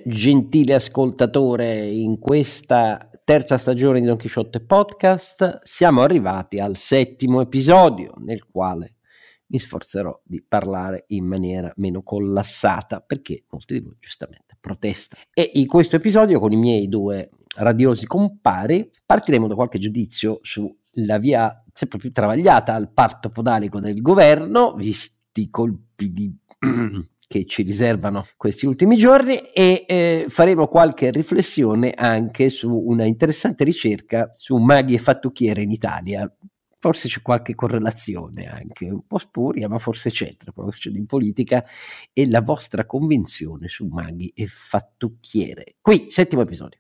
gentile ascoltatore, in questa terza stagione di Don Chisciotte Podcast siamo arrivati al 7° episodio, nel quale mi sforzerò di parlare in maniera meno collassata, perché molti di voi giustamente protestano. E in questo episodio, con i miei due radiosi compari, partiremo da qualche giudizio sulla via sempre più travagliata al parto podalico del governo, visti i colpi di che ci riservano questi ultimi giorni, e faremo qualche riflessione anche su una interessante ricerca su maghi e fattucchiere in Italia. Forse c'è qualche correlazione anche, un po' spuria, ma forse c'è tra quello che succede in politica e la vostra convinzione su maghi e fattucchiere. Qui, 7° episodio.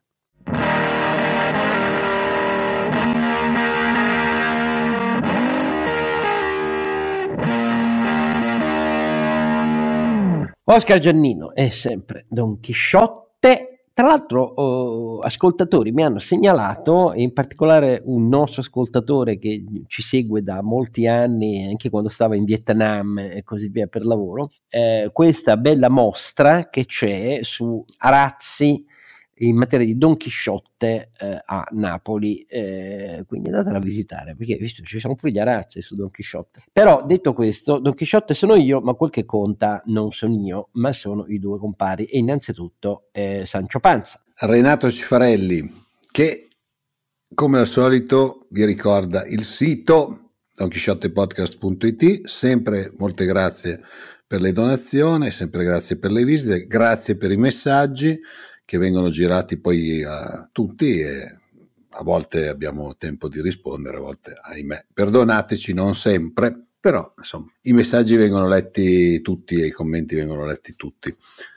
Oscar Giannino è sempre Don Chisciotte. Tra l'altro, ascoltatori mi hanno segnalato, in particolare un nostro ascoltatore che ci segue da molti anni, anche quando stava in Vietnam e così via per lavoro, questa bella mostra che c'è su Arazzi in materia di Don Chisciotte a Napoli, quindi andatela a visitare, perché visto ci sono pure gli arazzi su Don Chisciotte. Però detto questo, Don Chisciotte sono io, ma quel che conta non sono io, ma sono i due compari, e innanzitutto Sancio Panza, Renato Cifarelli, che come al solito vi ricorda il sito donchisciottepodcast.it. Sempre molte grazie per le donazioni, sempre grazie per le visite, grazie per i messaggi che vengono girati poi a tutti, e a volte abbiamo tempo di rispondere, a volte ahimè, perdonateci, non sempre, però insomma i messaggi vengono letti tutti e i commenti vengono letti tutti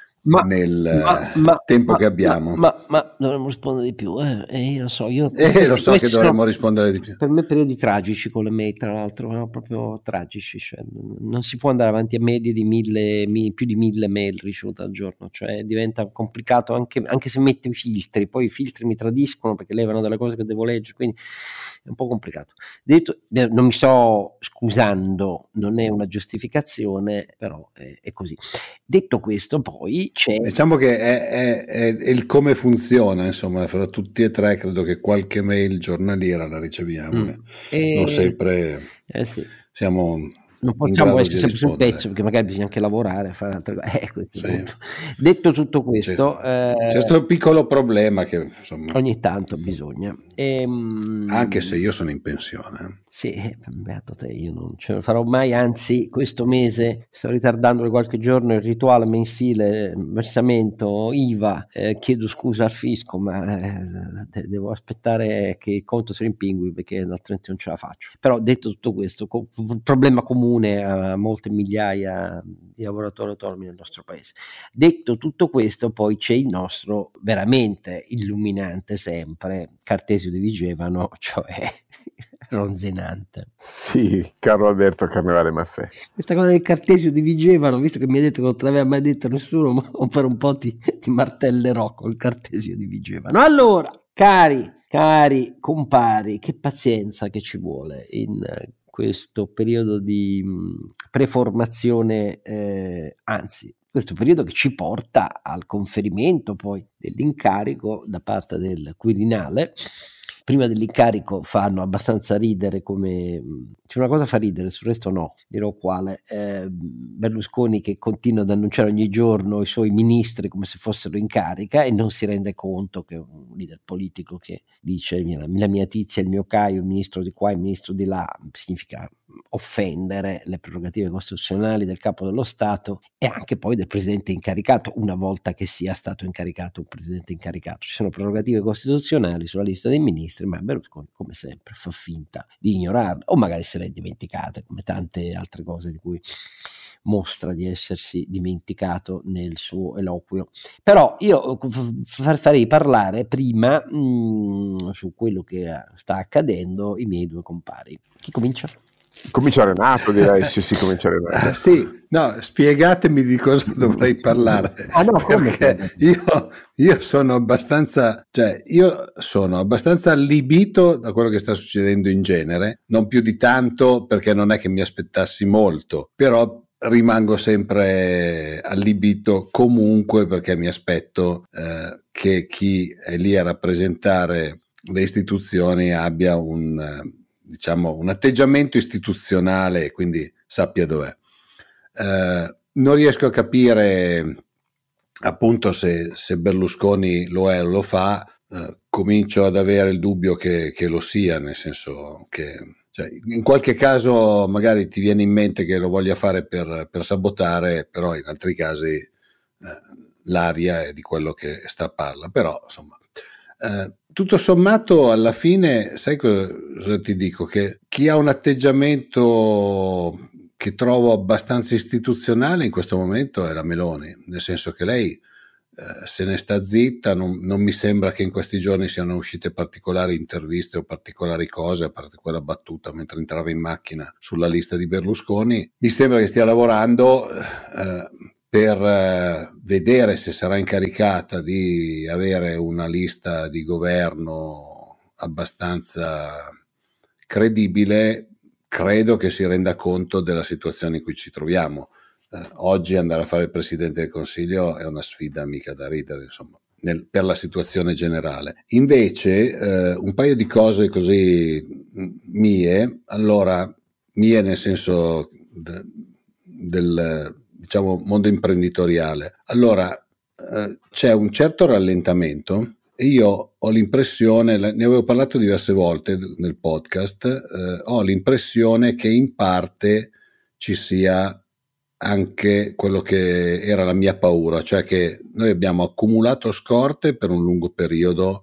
nel tempo che abbiamo. Ma dovremmo rispondere di più, io lo so, lo so che dovremmo rispondere di più. Per me periodi tragici con le mail, tra l'altro, no? Proprio tragici, cioè, non si può andare avanti a medie di più di 1000 mail ricevute al giorno, cioè diventa complicato anche se metti i filtri, poi i filtri mi tradiscono perché levano delle cose che devo leggere, quindi è un po' complicato. Detto, non mi sto scusando, non è una giustificazione, però è così. Detto questo, poi c'è... Diciamo che è il come funziona, insomma, fra tutti e tre credo che qualche mail giornaliera la riceviamo, non sempre sì. siamo... Non possiamo essere sempre sul pezzo, perché magari bisogna anche lavorare, fare altre cose. Questo sì. Detto tutto questo, c'è questo piccolo problema che insomma ogni tanto bisogna. Anche se io sono in pensione. Sì, beato te, io non ce la farò mai, anzi questo mese sto ritardando di qualche giorno il rituale mensile versamento IVA, chiedo scusa al fisco, ma devo aspettare che il conto si rimpingui, perché altrimenti non ce la faccio. Però detto tutto questo, problema comune a molte migliaia di lavoratori autonomi nel nostro paese. Detto tutto questo, poi c'è il nostro veramente illuminante sempre Cartesio di Vigevano, cioè ronzinante. Sì, Carlo Alberto Carnevale Maffè. Questa cosa del Cartesio di Vigevano, visto che mi ha detto che non te l'aveva mai detto nessuno, ma per un po' ti martellerò col Cartesio di Vigevano. Allora, cari compari, che pazienza che ci vuole in questo periodo di preformazione, anzi questo periodo che ci porta al conferimento poi dell'incarico da parte del Quirinale. Prima dell'incarico fanno abbastanza ridere, come c'è una cosa fa ridere, sul resto no, dirò quale. Berlusconi che continua ad annunciare ogni giorno i suoi ministri come se fossero in carica e non si rende conto che è un leader politico che dice la mia tizia, il mio Caio, il ministro di qua, il ministro di là, significa offendere le prerogative costituzionali del capo dello Stato e anche poi del presidente incaricato, una volta che sia stato incaricato un presidente incaricato. Ci sono prerogative costituzionali sulla lista dei ministri, ma Berlusconi come sempre fa finta di ignorarle, o magari se le è dimenticate, come tante altre cose di cui mostra di essersi dimenticato nel suo eloquio. Però io farei parlare prima su quello che sta accadendo i miei due compari. Chi comincia? Comincia Renato, direi. Sì, comincia Renato. Sì, no, spiegatemi di cosa dovrei parlare. No, perché io sono abbastanza, allibito da quello che sta succedendo in genere, non più di tanto perché non è che mi aspettassi molto, però rimango sempre allibito comunque, perché mi aspetto che chi è lì a rappresentare le istituzioni abbia un atteggiamento istituzionale, quindi sappia dov'è. Non riesco a capire appunto se Berlusconi lo è o lo fa. Comincio ad avere il dubbio che lo sia, nel senso che in qualche caso magari ti viene in mente che lo voglia fare per sabotare, però in altri casi l'aria è di quello che parla. Però insomma, tutto sommato alla fine sai cosa ti dico? Che chi ha un atteggiamento che trovo abbastanza istituzionale in questo momento è la Meloni, nel senso che lei se ne sta zitta, non mi sembra che in questi giorni siano uscite particolari interviste o particolari cose, a parte quella battuta mentre entrava in macchina sulla lista di Berlusconi. Mi sembra che stia lavorando per vedere se sarà incaricata di avere una lista di governo abbastanza credibile. Credo che si renda conto della situazione in cui ci troviamo. Oggi andare a fare il Presidente del Consiglio è una sfida mica da ridere, insomma, per la situazione generale. Invece un paio di cose così mie nel senso del diciamo mondo imprenditoriale. Allora c'è un certo rallentamento e io ho l'impressione, ne avevo parlato diverse volte nel podcast, ho l'impressione che in parte ci sia anche quello che era la mia paura, cioè che noi abbiamo accumulato scorte per un lungo periodo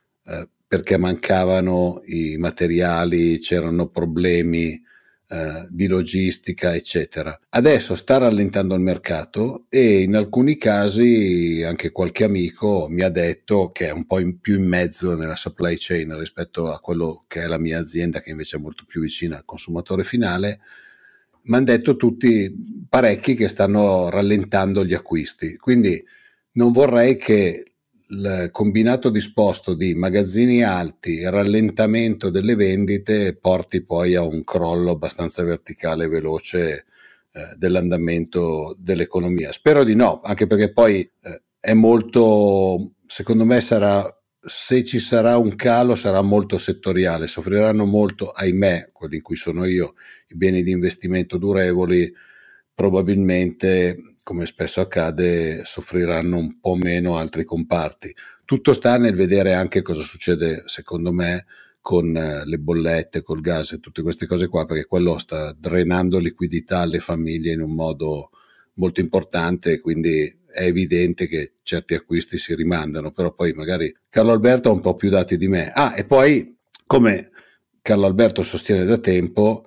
perché mancavano i materiali, c'erano problemi di logistica, eccetera. Adesso sta rallentando il mercato e in alcuni casi anche qualche amico mi ha detto che è un po' più in mezzo nella supply chain rispetto a quello che è la mia azienda, che invece è molto più vicina al consumatore finale. Mi hanno detto parecchi che stanno rallentando gli acquisti, quindi non vorrei che il combinato disposto di magazzini alti e rallentamento delle vendite porti poi a un crollo abbastanza verticale e veloce dell'andamento dell'economia. Spero di no, anche perché poi è molto, secondo me se ci sarà un calo sarà molto settoriale, soffriranno molto, ahimè, quelli in cui sono io, i beni di investimento durevoli, probabilmente, come spesso accade, soffriranno un po' meno altri comparti. Tutto sta nel vedere anche cosa succede, secondo me, con le bollette, col gas e tutte queste cose qua, perché quello sta drenando liquidità alle famiglie in un modo molto importante, quindi è evidente che certi acquisti si rimandano, però poi magari Carlo Alberto ha un po' più dati di me. E poi, come Carlo Alberto sostiene da tempo,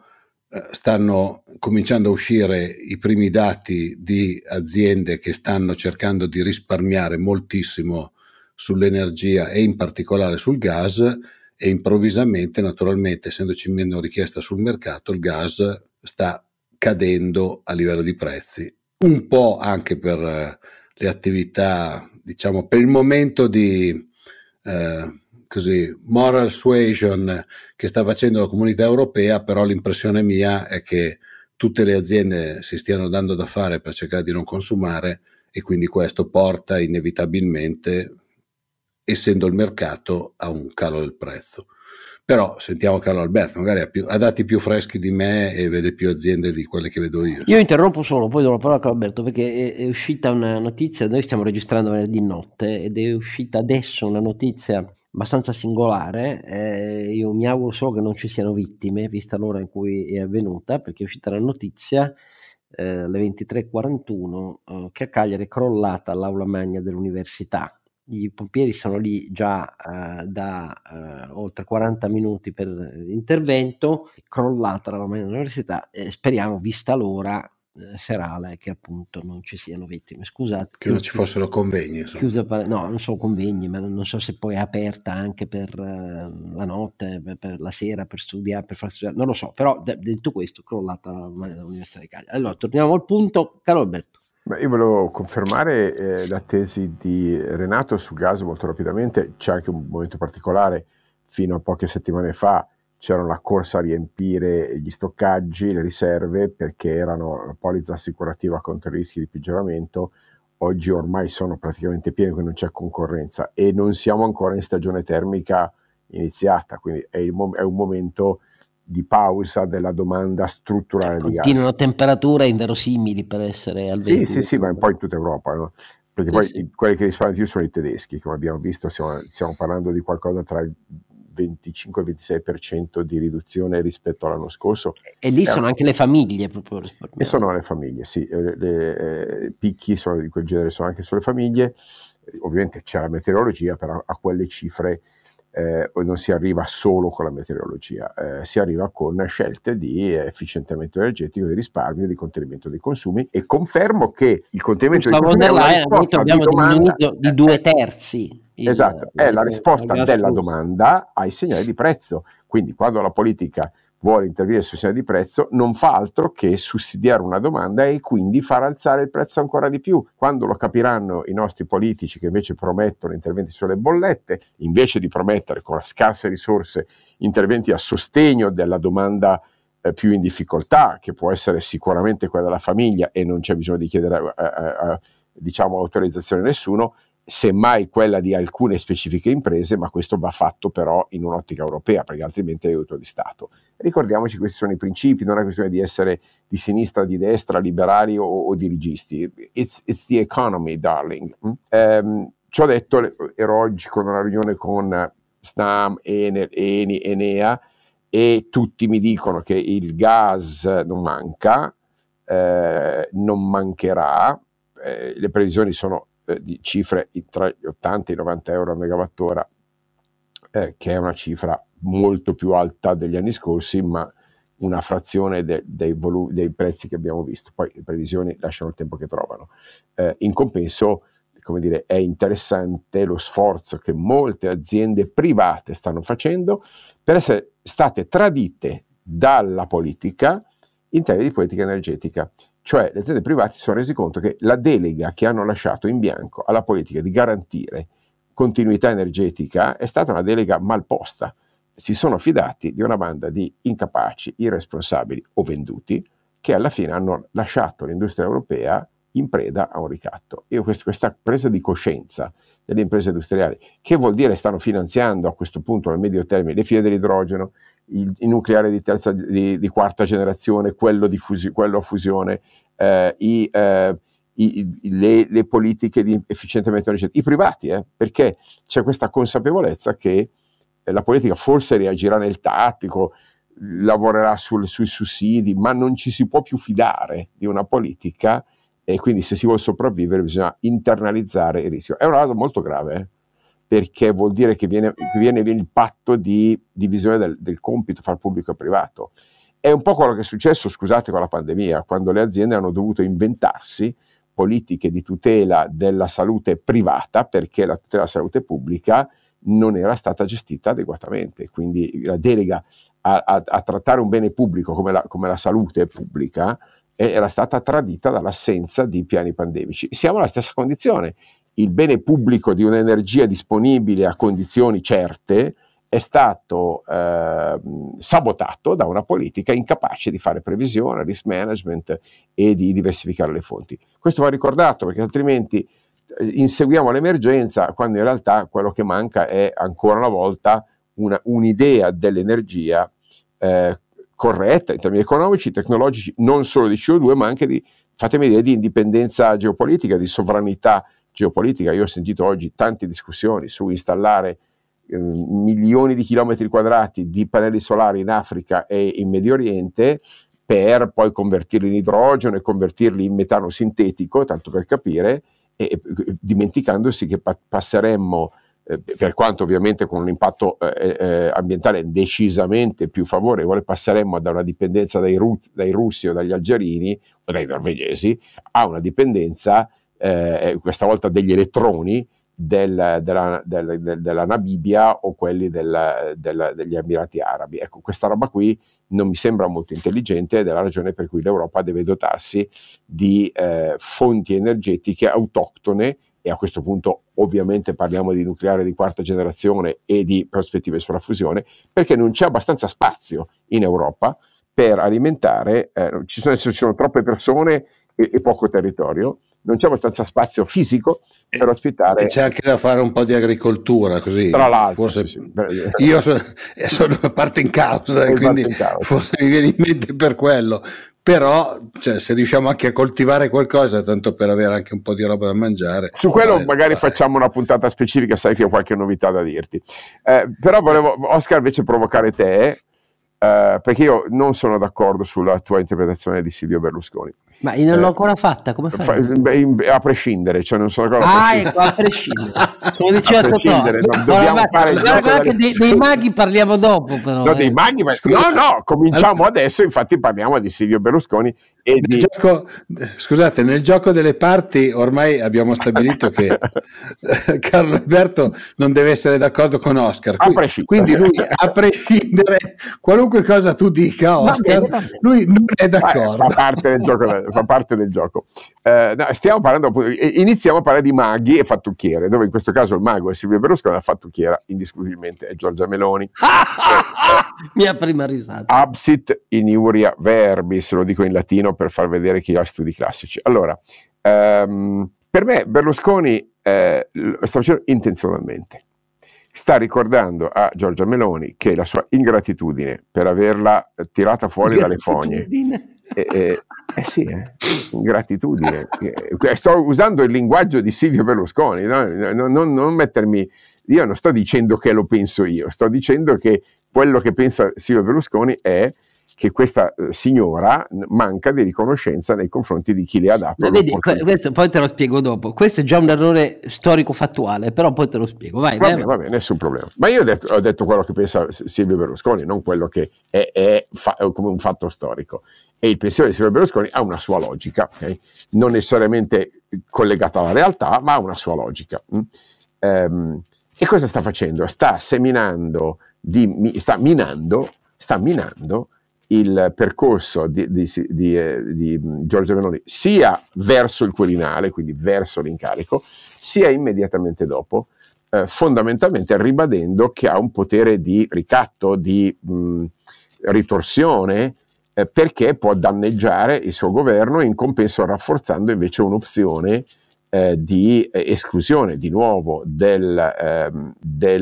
stanno cominciando a uscire i primi dati di aziende che stanno cercando di risparmiare moltissimo sull'energia e in particolare sul gas, e improvvisamente, naturalmente, essendoci meno richiesta sul mercato, il gas sta cadendo a livello di prezzi, un po' anche per le attività, diciamo, per il momento di moral suasion che sta facendo la Comunità Europea, però l'impressione mia è che tutte le aziende si stiano dando da fare per cercare di non consumare, e quindi questo porta inevitabilmente, essendo il mercato, a un calo del prezzo. Però sentiamo Carlo Alberto, magari ha dati più freschi di me e vede più aziende di quelle che vedo io. Io interrompo solo, poi do la parola a Carlo Alberto, perché è uscita una notizia, noi stiamo registrando venerdì notte, ed è uscita adesso una notizia abbastanza singolare. Io mi auguro solo che non ci siano vittime, vista l'ora in cui è avvenuta, perché è uscita la notizia alle 23:41 che a Cagliari è crollata l'aula magna dell'università. I pompieri sono lì già da oltre 40 minuti per l'intervento. È crollata l'aula magna dell'università e speriamo, vista l'ora serale, che appunto non ci siano vittime. Scusate, che non ci fossero convegni, no, non sono convegni, ma non so se poi è aperta anche per la notte, per la sera, per studiare, per far studiare, non lo so, però detto questo, crollata l'Università di Cagliari. Allora, torniamo al punto. Carlo Alberto. Io volevo confermare la tesi di Renato sul gas molto rapidamente. C'è anche un momento particolare: fino a poche settimane fa c'era una corsa a riempire gli stoccaggi, le riserve, perché erano la polizza assicurativa contro i rischi di peggioramento. Oggi ormai sono praticamente piene, quindi non c'è concorrenza e non siamo ancora in stagione termica iniziata, quindi è un momento di pausa della domanda strutturale di gas. Continuano temperature inverosimili per essere al 20. Sì, ma un po' in tutta Europa, no? Perché poi quelli che risparmiano di più sono i tedeschi, come abbiamo visto, stiamo parlando di qualcosa tra il 25 e il 26% di riduzione rispetto all'anno scorso. E lì sono anche le famiglie proprio. E sono le famiglie, sì, picchi di quel genere sono anche sulle famiglie. Ovviamente c'è la meteorologia, però a quelle cifre non si arriva solo con la meteorologia, si arriva con scelte di efficientamento energetico, di risparmio, di contenimento dei consumi, e confermo che il contenimento dei consumi è una risposta abbiamo diminuito di 2/3. Esatto, è la risposta della domanda ai segnali di prezzo. Quindi quando la politica vuole intervenire sui segnali di prezzo non fa altro che sussidiare una domanda e quindi far alzare il prezzo ancora di più. Quando lo capiranno i nostri politici, che invece promettono interventi sulle bollette, invece di promettere con scarse risorse interventi a sostegno della domanda più in difficoltà, che può essere sicuramente quella della famiglia e non c'è bisogno di chiedere autorizzazione a nessuno, semmai quella di alcune specifiche imprese, ma questo va fatto però in un'ottica europea, perché altrimenti è aiuto di Stato. Ricordiamoci, questi sono i principi, non è questione di essere di sinistra, di destra, liberali o dirigisti. It's the economy, darling. Ci ho detto, ero oggi con una riunione con Snam, Enel, Eni, Enea, e tutti mi dicono che il gas non manca, non mancherà, le previsioni sono di cifre tra gli 80 e i 90 euro a megawattora, che è una cifra molto più alta degli anni scorsi, ma una frazione dei prezzi che abbiamo visto. Poi le previsioni lasciano il tempo che trovano. In compenso, come dire, è interessante lo sforzo che molte aziende private stanno facendo per essere state tradite dalla politica in termini di politica energetica. Cioè le aziende private si sono resi conto che la delega che hanno lasciato in bianco alla politica di garantire continuità energetica è stata una delega mal posta. Si sono fidati di una banda di incapaci, irresponsabili o venduti, che alla fine hanno lasciato l'industria europea in preda a un ricatto. Io questa presa di coscienza delle imprese industriali, che vuol dire stanno finanziando a questo punto nel medio termine le file dell'idrogeno, il nucleare di quarta generazione, quello a fusione, le politiche di efficientamento energetico, i privati, perché c'è questa consapevolezza che la politica forse reagirà nel tattico, lavorerà sui sussidi, ma non ci si può più fidare di una politica, e quindi se si vuole sopravvivere bisogna internalizzare il rischio. È una cosa molto grave, perché vuol dire che viene il patto di divisione del compito fra pubblico e privato. È un po' quello che è successo, scusate, con la pandemia, quando le aziende hanno dovuto inventarsi politiche di tutela della salute privata, perché la tutela della salute pubblica non era stata gestita adeguatamente. Quindi la delega a trattare un bene pubblico come la salute pubblica era stata tradita dall'assenza di piani pandemici. Siamo alla stessa condizione. Il bene pubblico di un'energia disponibile a condizioni certe è stato sabotato da una politica incapace di fare previsione, risk management e di diversificare le fonti. Questo va ricordato, perché altrimenti inseguiamo l'emergenza quando in realtà quello che manca è ancora una volta un'idea dell'energia corretta in termini economici, tecnologici, non solo di CO2, ma anche fatemi dire, di indipendenza geopolitica, di sovranità geopolitica. Io ho sentito oggi tante discussioni su installare milioni di chilometri quadrati di pannelli solari in Africa e in Medio Oriente per poi convertirli in idrogeno e convertirli in metano sintetico, tanto per capire, e dimenticandosi che passeremmo, per quanto ovviamente con un impatto ambientale decisamente più favorevole, passeremmo da una dipendenza dai russi o dagli algerini o dai norvegesi a una dipendenza questa volta degli elettroni della Namibia o quelli degli Emirati Arabi. Ecco, questa roba qui non mi sembra molto intelligente ed è la ragione per cui l'Europa deve dotarsi di fonti energetiche autoctone e a questo punto ovviamente parliamo di nucleare di quarta generazione e di prospettive sulla fusione, perché non c'è abbastanza spazio in Europa per alimentare, ci sono troppe persone e poco territorio, non c'è abbastanza spazio fisico per ospitare. E c'è anche da fare un po' di agricoltura, così. Tra l'altro, forse sì. Io sono parte in causa, e quindi forse mi viene in mente per quello. Però, cioè, se riusciamo anche a coltivare qualcosa, tanto per avere anche un po' di roba da mangiare. Su quello magari facciamo una puntata specifica, sai che ho qualche novità da dirti. Però volevo, Oscar, invece provocare te, perché io non sono d'accordo sulla tua interpretazione di Silvio Berlusconi. Ma io non l'ho ancora fatta, come fai? A prescindere, cioè non sono d'accordo. Ecco, a prescindere. Come diceva Totò. Dobbiamo fare guarda che dei maghi parliamo dopo, però. No, dei maghi, ma no, cominciamo adesso, infatti parliamo di Silvio Berlusconi e di... Scusate, nel gioco delle parti quindi abbiamo stabilito che Carlo Alberto non deve essere d'accordo con Oscar, quindi lui, a prescindere, qualunque cosa tu dica, Oscar, lui non è d'accordo. Fa parte del gioco. No, stiamo parlando, iniziamo a parlare di maghi e fattucchiere, dove in questo caso il mago è Silvio Berlusconi, la fattucchiera indiscutibilmente è Giorgia Meloni. Mia prima risata. Absit in iuria verbis, lo dico in latino per far vedere chi ha studi classici. Allora, per me Berlusconi lo sta facendo intenzionalmente. Sta ricordando a Giorgia Meloni che la sua ingratitudine per averla tirata fuori dalle fogne. Ingratitudine. Sto usando il linguaggio di Silvio Berlusconi, no? Non mettermi. Io non sto dicendo che lo penso io, sto dicendo che quello che pensa Silvio Berlusconi è che questa signora manca di riconoscenza nei confronti di chi le ha dato. Vedi, questo poi te lo spiego dopo. Questo è già un errore storico-fattuale, però poi te lo spiego. Vai, va bene, nessun problema. Ma io ho detto quello che pensa Silvio Berlusconi, non quello che è come un fatto storico. E il pensiero di Silvio Berlusconi ha una sua logica, okay? Non necessariamente collegata alla realtà, ma ha una sua logica. E cosa sta facendo? Sta minando il percorso di Giorgia Meloni sia verso il Quirinale, quindi verso l'incarico, sia immediatamente dopo, fondamentalmente ribadendo che ha un potere di ricatto, di ritorsione, perché può danneggiare il suo governo, in compenso rafforzando invece un'opzione di esclusione di nuovo del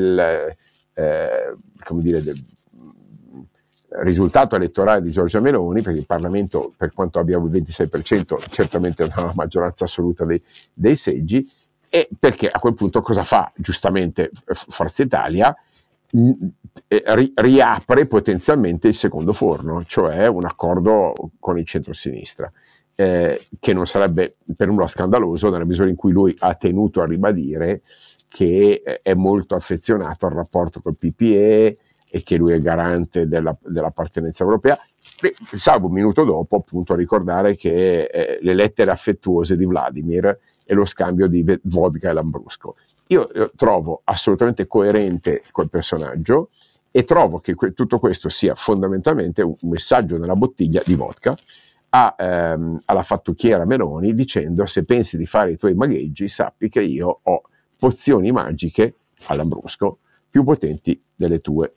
risultato elettorale di Giorgia Meloni, perché il Parlamento, per quanto abbia il 26%, certamente non ha la maggioranza assoluta dei seggi, e perché a quel punto cosa fa? Giustamente Forza Italia riapre potenzialmente il secondo forno, cioè un accordo con il centrosinistra, che non sarebbe per nulla scandaloso nella misura in cui lui ha tenuto a ribadire che è molto affezionato al rapporto col PPE e che lui è garante dell'appartenenza europea, salvo un minuto dopo appunto a ricordare che le lettere affettuose di Vladimir e lo scambio di vodka e lambrusco. Io trovo assolutamente coerente col personaggio e trovo che tutto questo sia fondamentalmente un messaggio nella bottiglia di vodka alla fattucchiera Meloni, dicendo: se pensi di fare i tuoi magheggi, sappi che io ho pozioni magiche all'ambrusco più potenti delle tue.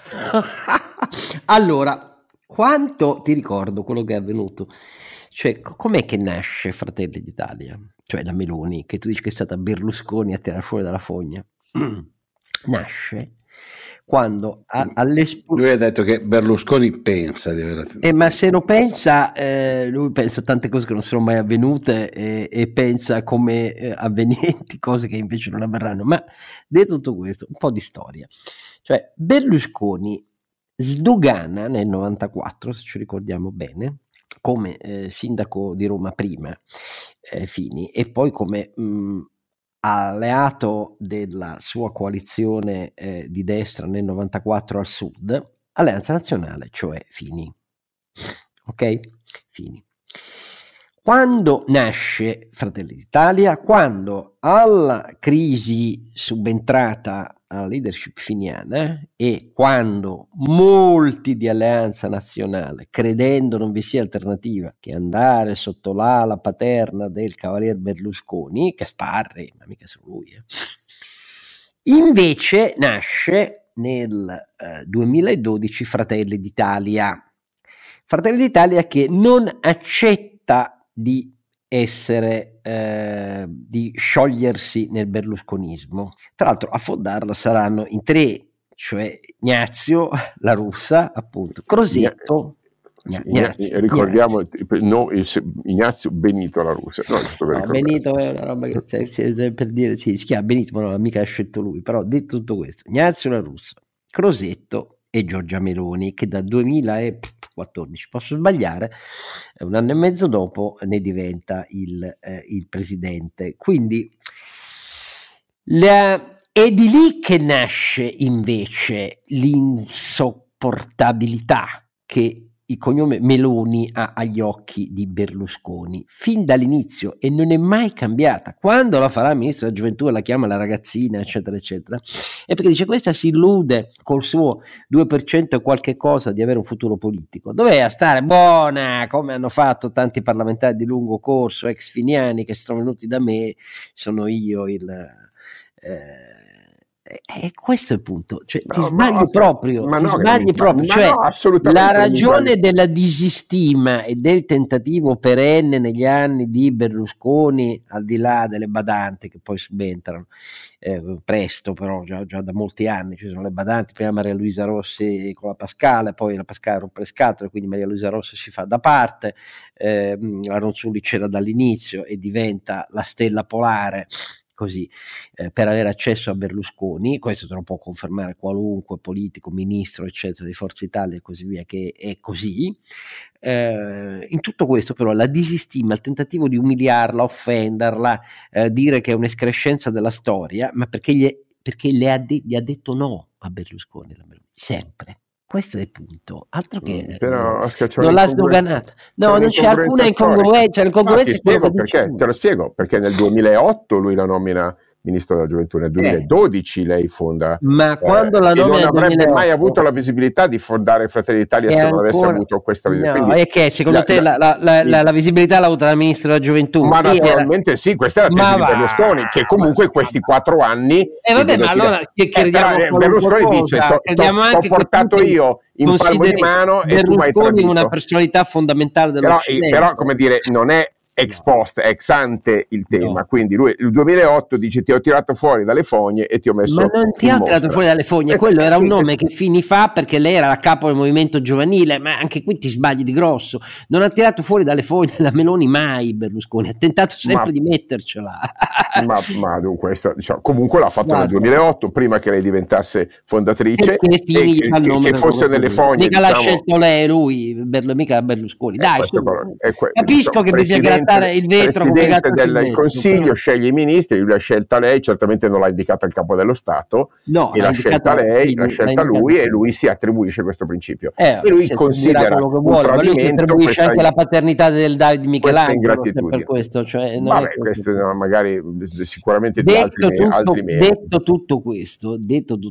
Allora, quanto ti ricordo quello che è avvenuto? Cioè, com'è che nasce Fratelli d'Italia? Cioè la Meloni, che tu dici che è stata Berlusconi a tirare fuori dalla fogna. Nasce quando lui ha detto che Berlusconi pensa di aver ma se lo pensa, lui pensa a tante cose che non sono mai avvenute e pensa come avvenienti cose che invece non avverranno. Ma detto tutto questo, un po' di storia. Cioè Berlusconi sdogana nel 94, se ci ricordiamo bene, come sindaco di Roma prima, Fini, e poi come alleato della sua coalizione di destra nel 94 al sud, Alleanza Nazionale, cioè Fini. Ok? Fini. Quando nasce Fratelli d'Italia? Quando alla crisi subentrata alla leadership finiana, e quando molti di Alleanza Nazionale, credendo non vi sia alternativa che andare sotto l'ala paterna del cavalier Berlusconi, Gasparri, ma mica solo lui, invece nasce nel 2012 Fratelli d'Italia. Fratelli d'Italia che non accetta di sciogliersi nel berlusconismo. Tra l'altro a fondarlo saranno in 3, cioè Ignazio La Russa, appunto, Crosetto. Ricordiamo Ignazio Benito La Russa. No, Benito è una roba che per dire, sì, si chiama Benito, ma non mica ha scelto lui. Però detto tutto questo, Ignazio La Russa, Crosetto e Giorgia Meloni, che da 2014, posso sbagliare, un anno e mezzo dopo ne diventa il presidente. Quindi è di lì che nasce invece l'insopportabilità che il cognome Meloni ha agli occhi di Berlusconi fin dall'inizio, e non è mai cambiata. Quando la farà il ministro della gioventù e la chiama la ragazzina, eccetera eccetera, è perché dice: questa si illude col suo 2% e qualche cosa di avere un futuro politico. Doveva stare buona, come hanno fatto tanti parlamentari di lungo corso, ex finiani, che sono venuti da me, sono io questo è il punto, cioè ti sbagli proprio, la ragione della disistima e del tentativo perenne negli anni di Berlusconi, al di là delle badanti che poi subentrano presto, però già da molti anni ci sono le badanti, prima Maria Luisa Rossi con la Pascale, poi la Pascale rompe le scatole, quindi Maria Luisa Rossi si fa da parte, la Ronzulli c'era dall'inizio e diventa la stella polare, così, per avere accesso a Berlusconi. Questo te lo può confermare qualunque politico, ministro eccetera di Forza Italia e così via, che è così. In tutto questo però la disistima, il tentativo di umiliarla, offenderla, dire che è un'escrescenza della storia, ma perché gli ha detto no a Berlusconi, sempre. Questo è il punto, altro che non l'ha sdoganata. No, non c'è alcuna incongruenza. Te lo spiego, perché nel 2008 lui la nomina ministro della gioventù, nel 2012 lei fonda, ma quando la nomina non avrebbe mai avuto la visibilità di fondare Fratelli d'Italia se non avesse avuto questa visibilità. No, è che secondo te la visibilità l'ha avuta la ministra della gioventù? Ma naturalmente sì, questa è la tesi di Berlusconi, che comunque questi 4 anni vabbè, ma allora crediamo Berlusconi dice t'ho portato io in palmo di mano e tu mi hai tradito. Una personalità fondamentale dell'Occidente. Però come dire, non è ex post, ex ante il tema, quindi lui il 2008 dice ti ho tirato fuori dalle fogne e ti ho messo, ma non ti ho tirato fuori dalle fogne, quello era un nome che finì fa perché lei era la capo del movimento giovanile, ma anche qui ti sbagli di grosso, non ha tirato fuori dalle fogne la Meloni mai Berlusconi, ha tentato sempre di mettercela, ma dunque diciamo, comunque l'ha fatto nel 2008 prima che lei diventasse fondatrice e che fosse nelle fogne, mica l'ha scelto lei, lui, mica Berlusconi, dai, capisco che bisogna grattare il vetro, presidente del Consiglio sceglie i ministri, lui l'ha scelta lei, certamente non l'ha indicata il capo dello Stato, e l'ha scelta lei, l'ha scelta lui, e lui si attribuisce questo principio, e lui considera quello che vuole, ma lui si attribuisce anche la paternità del David Michelangelo, per questo, cioè, non è questo magari sicuramente di altri meri. Detto tutto questo,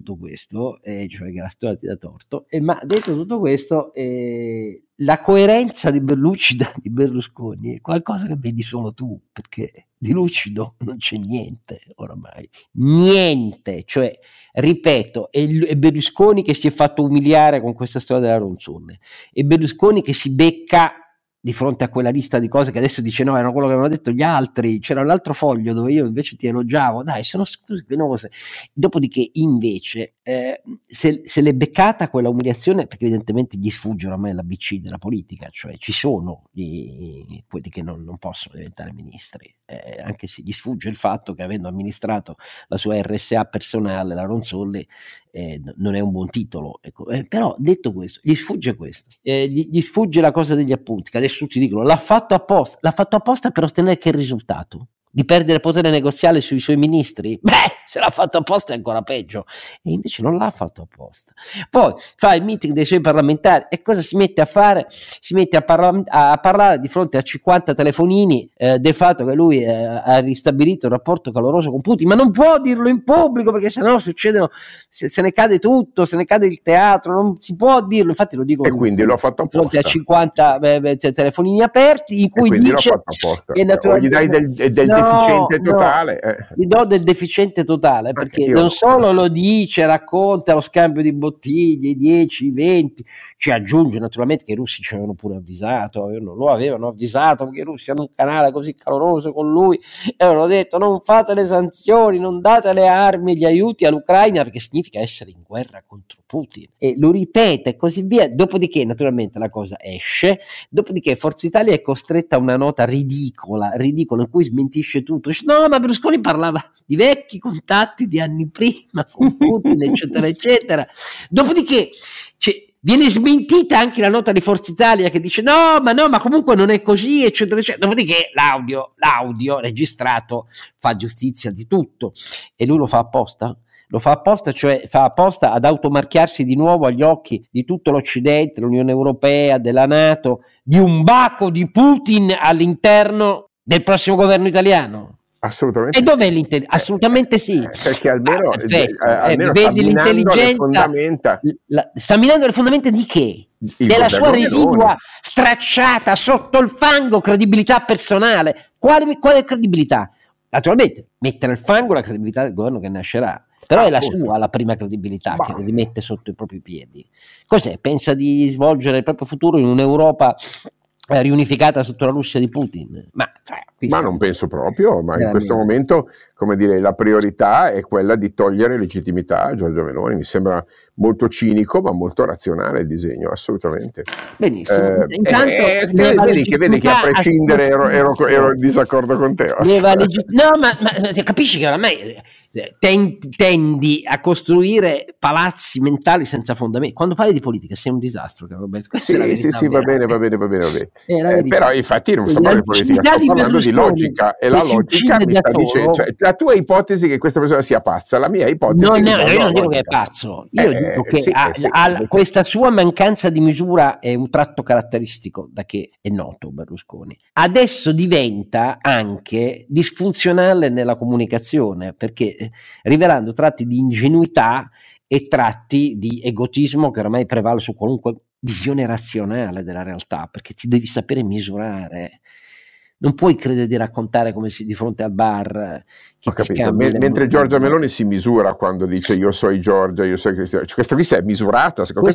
cioè che la storia ti dà torto, ma detto tutto questo, la coerenza di Berlusconi è qualcosa che vedi solo tu, perché di lucido non c'è niente oramai, niente, cioè ripeto, è Berlusconi che si è fatto umiliare con questa storia della Ronzulli, e Berlusconi che si becca di fronte a quella lista di cose che adesso dice no, erano quello che avevano detto gli altri, c'era l'altro foglio dove io invece ti elogiavo, dai, sono scuse penose. Dopodiché invece se l'è beccata quella umiliazione, perché evidentemente gli sfugge ormai l'ABC della politica, cioè ci sono quelli che non possono diventare ministri, anche se gli sfugge il fatto che avendo amministrato la sua RSA personale, la Ronzulli, non è un buon titolo, ecco. Però detto questo, gli sfugge questo, gli sfugge la cosa degli appunti, che adesso tutti dicono l'ha fatto apposta per ottenere che risultato? Di perdere potere negoziale sui suoi ministri? se l'ha fatto apposta è ancora peggio, e invece non l'ha fatto apposta. Poi fa il meeting dei suoi parlamentari e cosa si mette a fare? Si mette a parlare di fronte a 50 telefonini del fatto che lui ha ristabilito un rapporto caloroso con Putin, ma non può dirlo in pubblico perché sennò succedono, se ne cade tutto, se ne cade il teatro, non si può dirlo, infatti lo dico, e quindi l'ho fatto di fronte a 50 telefonini aperti in cui dice che gli dai del deficiente totale. Gli do del deficiente totale perché non solo lo dice, racconta lo scambio di bottiglie, 10, 20, ci aggiunge naturalmente che i russi ci avevano pure avvisato, non lo avevano avvisato perché i russi hanno un canale così caloroso con lui e avevano detto non fate le sanzioni, non date le armi e gli aiuti all'Ucraina perché significa essere in guerra contro Putin, e lo ripete e così via. Dopodiché naturalmente la cosa esce, dopodiché Forza Italia è costretta a una nota ridicola in cui smentisce tutto, dice, no ma Berlusconi parlava di vecchi contatti di anni prima con Putin eccetera eccetera. Dopodiché viene smentita anche la nota di Forza Italia che dice no ma comunque non è così eccetera eccetera. Dopodiché l'audio registrato fa giustizia di tutto, e lui lo fa apposta, cioè fa apposta ad automarchiarsi di nuovo agli occhi di tutto l'Occidente, l'Unione Europea, della NATO, di un baco di Putin all'interno del prossimo governo italiano. Assolutamente. E dov'è l'intelligenza? Assolutamente sì. Perché almeno vedi l'intelligenza. Sta minando le fondamenta di che? Della sua residua stracciata sotto il fango credibilità personale. Quale credibilità? Naturalmente mette nel fango la credibilità del governo che nascerà. Però è la sua la prima credibilità che li mette sotto i propri piedi. Cos'è? Pensa di svolgere il proprio futuro in un'Europa riunificata sotto la Russia di Putin? Ma non penso proprio, ma in questo momento, come dire, la priorità è quella di togliere legittimità a Giorgia Meloni. Mi sembra molto cinico ma molto razionale il disegno, assolutamente. Benissimo. Vedi che a prescindere ero in disaccordo con te. No, ma capisci che oramai tendi a costruire palazzi mentali senza fondamenti. Quando parli di politica sei un disastro, sì, va bene. Però infatti non sto parlando di politica, sto parlando di logica, e la logica mi sta dicendo, cioè, la tua ipotesi che questa persona sia pazza, la mia ipotesi io non dico che è pazzo, io dico che questa sua mancanza di misura è un tratto caratteristico da che è noto Berlusconi. Adesso diventa anche disfunzionale nella comunicazione, perché rivelando tratti di ingenuità e tratti di egotismo che ormai prevale su qualunque visione razionale della realtà, perché ti devi sapere misurare. Non puoi credere di raccontare come si di fronte al bar che ti scambi mentre Giorgia Meloni si misura quando dice io soy Giorgia, io soy Cristiano. Questa qui si è misurata, secondo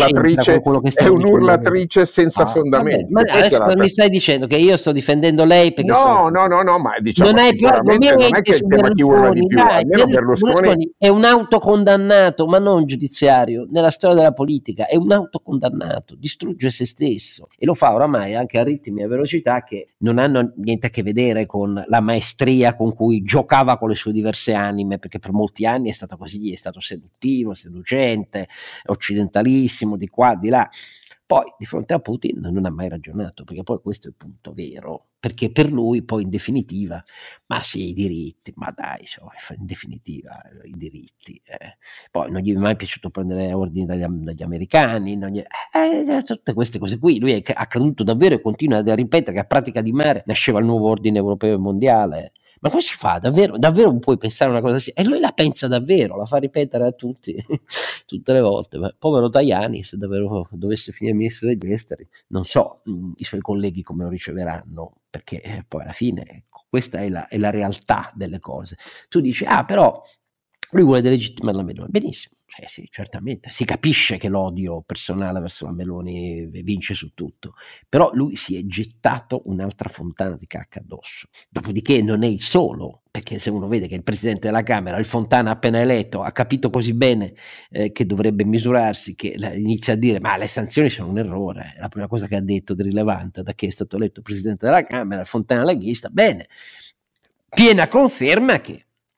me è un'urlatrice senza fondamenti. Ma adesso mi stai dicendo che io sto difendendo lei perché no, ma diciamo non è che il tema chi urla di più, almeno Berlusconi è un autocondannato, ma non giudiziario, nella storia della politica è un autocondannato, distrugge se stesso e lo fa oramai anche a ritmi e a velocità che non hanno niente a che vedere con la maestria con cui giocava con le sue diverse anime, perché per molti anni è stato così, è stato seduttivo, seducente, occidentalissimo, di qua, di là. Poi di fronte a Putin non ha mai ragionato, perché poi questo è il punto vero, perché per lui poi in definitiva, ma sì, i diritti, ma dai, in definitiva i diritti, poi non gli è mai piaciuto prendere ordini dagli americani, tutte queste cose qui, lui ha creduto davvero e continua a ripetere che a Pratica di Mare nasceva il nuovo ordine europeo e mondiale. Ma come si fa? Davvero puoi pensare una cosa così? E lui la pensa davvero, la fa ripetere a tutti, tutte le volte. Ma povero Tajani, se davvero dovesse finire ministro degli esteri, non so i suoi colleghi come lo riceveranno, perché poi alla fine questa è la realtà delle cose. Tu dici, però lui vuole delegittimare la Meloni. Benissimo, sì, certamente, si capisce che l'odio personale verso la Meloni vince su tutto, però lui si è gettato un'altra fontana di cacca addosso. Dopodiché non è il solo, perché se uno vede che il presidente della Camera, il Fontana appena eletto, ha capito così bene che dovrebbe misurarsi, che inizia a dire ma le sanzioni sono un errore, è la prima cosa che ha detto di rilevante da che è stato eletto presidente della Camera, il Fontana leghista, bene, piena conferma che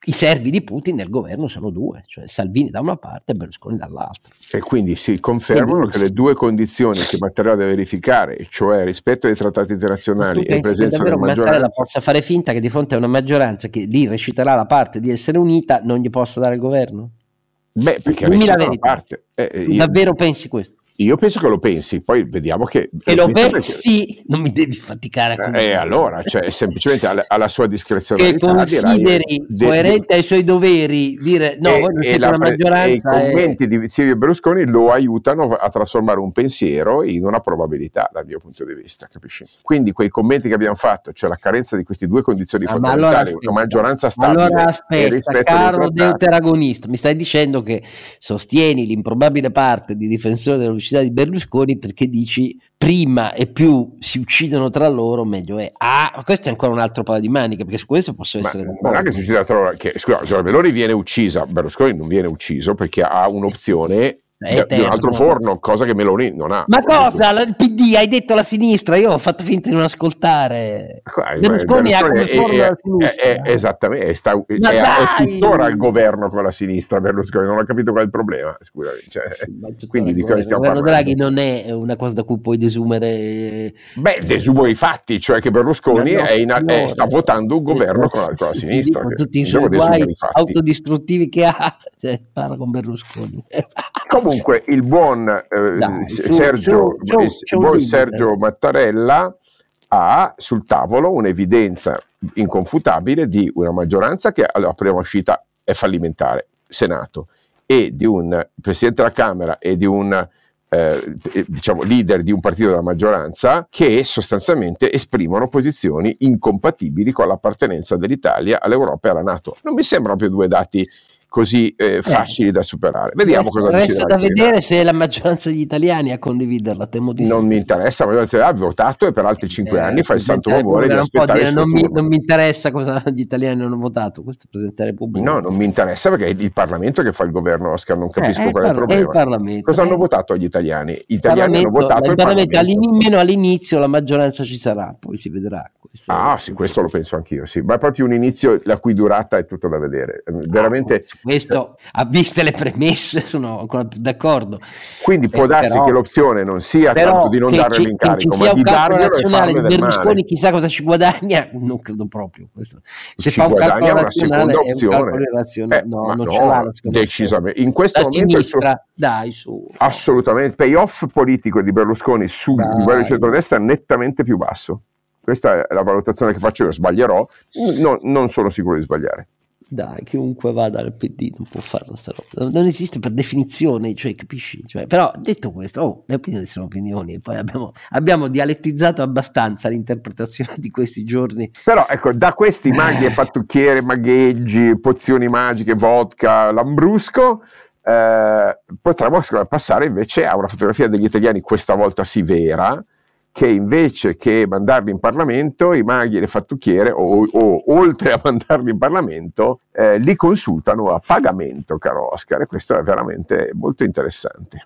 I servi di Putin nel governo sono due, cioè Salvini da una parte e Berlusconi dall'altra. E quindi si confermano che le due condizioni che Mattarella deve verificare, cioè rispetto ai trattati internazionali e presenza della maggioranza. Mattarella possa fare finta che di fronte a una maggioranza che lì reciterà la parte di essere unita non gli possa dare il governo? Beh, perché la verità. Parte. Davvero pensi questo? Io penso che lo pensi, poi vediamo che lo pensi, non mi devi faticare. Allora, cioè, semplicemente alla sua discrezionalità. Che consideri coerente ai suoi doveri dire no, voi non siete una maggioranza. E i commenti di Silvio Berlusconi lo aiutano a trasformare un pensiero in una probabilità, dal mio punto di vista, capisci? Quindi quei commenti che abbiamo fatto, cioè la carenza di queste due condizioni fondamentali, una maggioranza stabile. Allora aspetta, caro deuteragonista, mi stai dicendo che sostieni l'improbabile parte di difensore della lucidità di Berlusconi perché dici prima e più si uccidono tra loro meglio è. Questo è ancora un altro paio di maniche, perché su questo posso essere non è che si uccide tra loro, scusa, Meloni viene uccisa, Berlusconi non viene ucciso perché ha un'opzione di un altro forno, cosa che Meloni non ha. Ma cosa? Il PD, hai detto la sinistra, io ho fatto finta di non ascoltare. Berlusconi ha come forno la sinistra. Esattamente, è tuttora al governo con la sinistra Berlusconi, non ho capito qual è il problema, scusami. Quindi di cosa stiamo parlando? Draghi non è una cosa da cui puoi desumere. Desumo i fatti, cioè che Berlusconi sta votando un governo con la sinistra. Con tutti i suoi guai autodistruttivi che ha, parla con Berlusconi. Comunque il buon Sergio Mattarella ha sul tavolo un'evidenza inconfutabile di una maggioranza che alla prima uscita è fallimentare, Senato, e di un Presidente della Camera e di un leader di un partito della maggioranza che sostanzialmente esprimono posizioni incompatibili con l'appartenenza dell'Italia all'Europa e alla NATO. Non mi sembrano più due dati così facili da superare. Vediamo cosa resta da vedere se è la maggioranza degli italiani a condividerla. Temo di non mi interessa, ha votato e per altri 5 anni fa il santo favore di aspettare non mi interessa cosa gli italiani hanno votato, questo è presentare pubblico. No, non mi interessa perché è il Parlamento che fa il governo, Oscar, non capisco qual è il problema. Cosa hanno votato gli italiani? Gli italiani hanno votato il Parlamento. Almeno all'inizio la maggioranza ci sarà, poi si vedrà. Sì, questo lo penso anch'io, sì, ma è proprio un inizio la cui durata è tutta da vedere. Veramente questo, a viste le premesse, sono ancora più d'accordo. Quindi può darsi che l'opzione non sia tanto di non dare l'incarico, ma di darglielo e farne del male. Chissà cosa ci guadagna, non credo proprio. Questo. Se ci fa un guadagna una seconda opzione. Non ce l'ha decisamente. In questo la momento sinistra, dai, su. Assolutamente, il payoff politico di Berlusconi sul livello di centrodestra è nettamente più basso. Questa è la valutazione che faccio io, sbaglierò, non sono sicuro di sbagliare. Dai, chiunque vada al PD non può farlo sta roba. Non esiste per definizione, cioè, capisci? Però detto questo, le opinioni sono opinioni e poi abbiamo dialettizzato abbastanza l'interpretazione di questi giorni. Però ecco, da questi maghi e fattucchiere, magheggi, pozioni magiche, vodka, lambrusco, potremmo passare invece a una fotografia degli italiani, questa volta sì vera, che invece che mandarli in Parlamento, i maghi e le fattucchiere, o oltre a mandarli in Parlamento, li consultano a pagamento, caro Oscar, e questo è veramente molto interessante.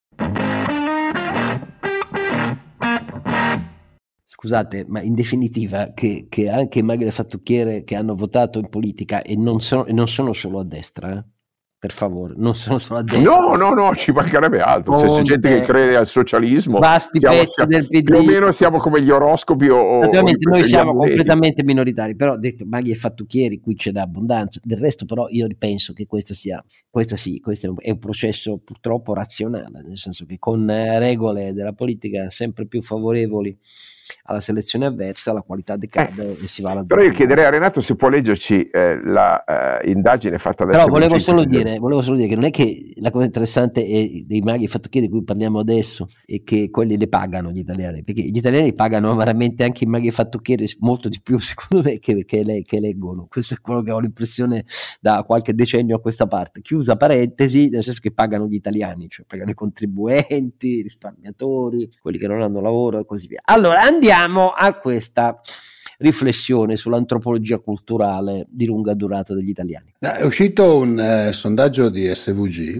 Scusate, ma in definitiva che anche i maghi e le fattucchiere che hanno votato in politica e non sono solo a destra, per favore, non sono solo a destra. No, ci mancherebbe altro. Se c'è gente che crede al socialismo, vasti pezzi del PD. Più o meno siamo come gli oroscopi. Naturalmente noi siamo completamente minoritari, però detto maghi e fattucchieri, qui c'è da abbondanza. Del resto, però, io ripenso che questo è un processo purtroppo razionale, nel senso che con regole della politica sempre più favorevoli alla selezione avversa la qualità decade e si va alla però io chiederei a Renato se può leggerci la indagine fatta adesso. Però volevo solo dire che non è che la cosa interessante è dei maghi e fattucchieri di cui parliamo adesso e che quelli le pagano gli italiani, perché gli italiani pagano veramente anche i maghi e fattucchieri molto di più secondo me che leggono. Questo è quello che ho l'impressione da qualche decennio a questa parte, chiusa parentesi, nel senso che pagano gli italiani, cioè pagano i contribuenti, i risparmiatori, quelli che non hanno lavoro e così via. Allora andiamo a questa riflessione sull'antropologia culturale di lunga durata degli italiani. È uscito un sondaggio di SVG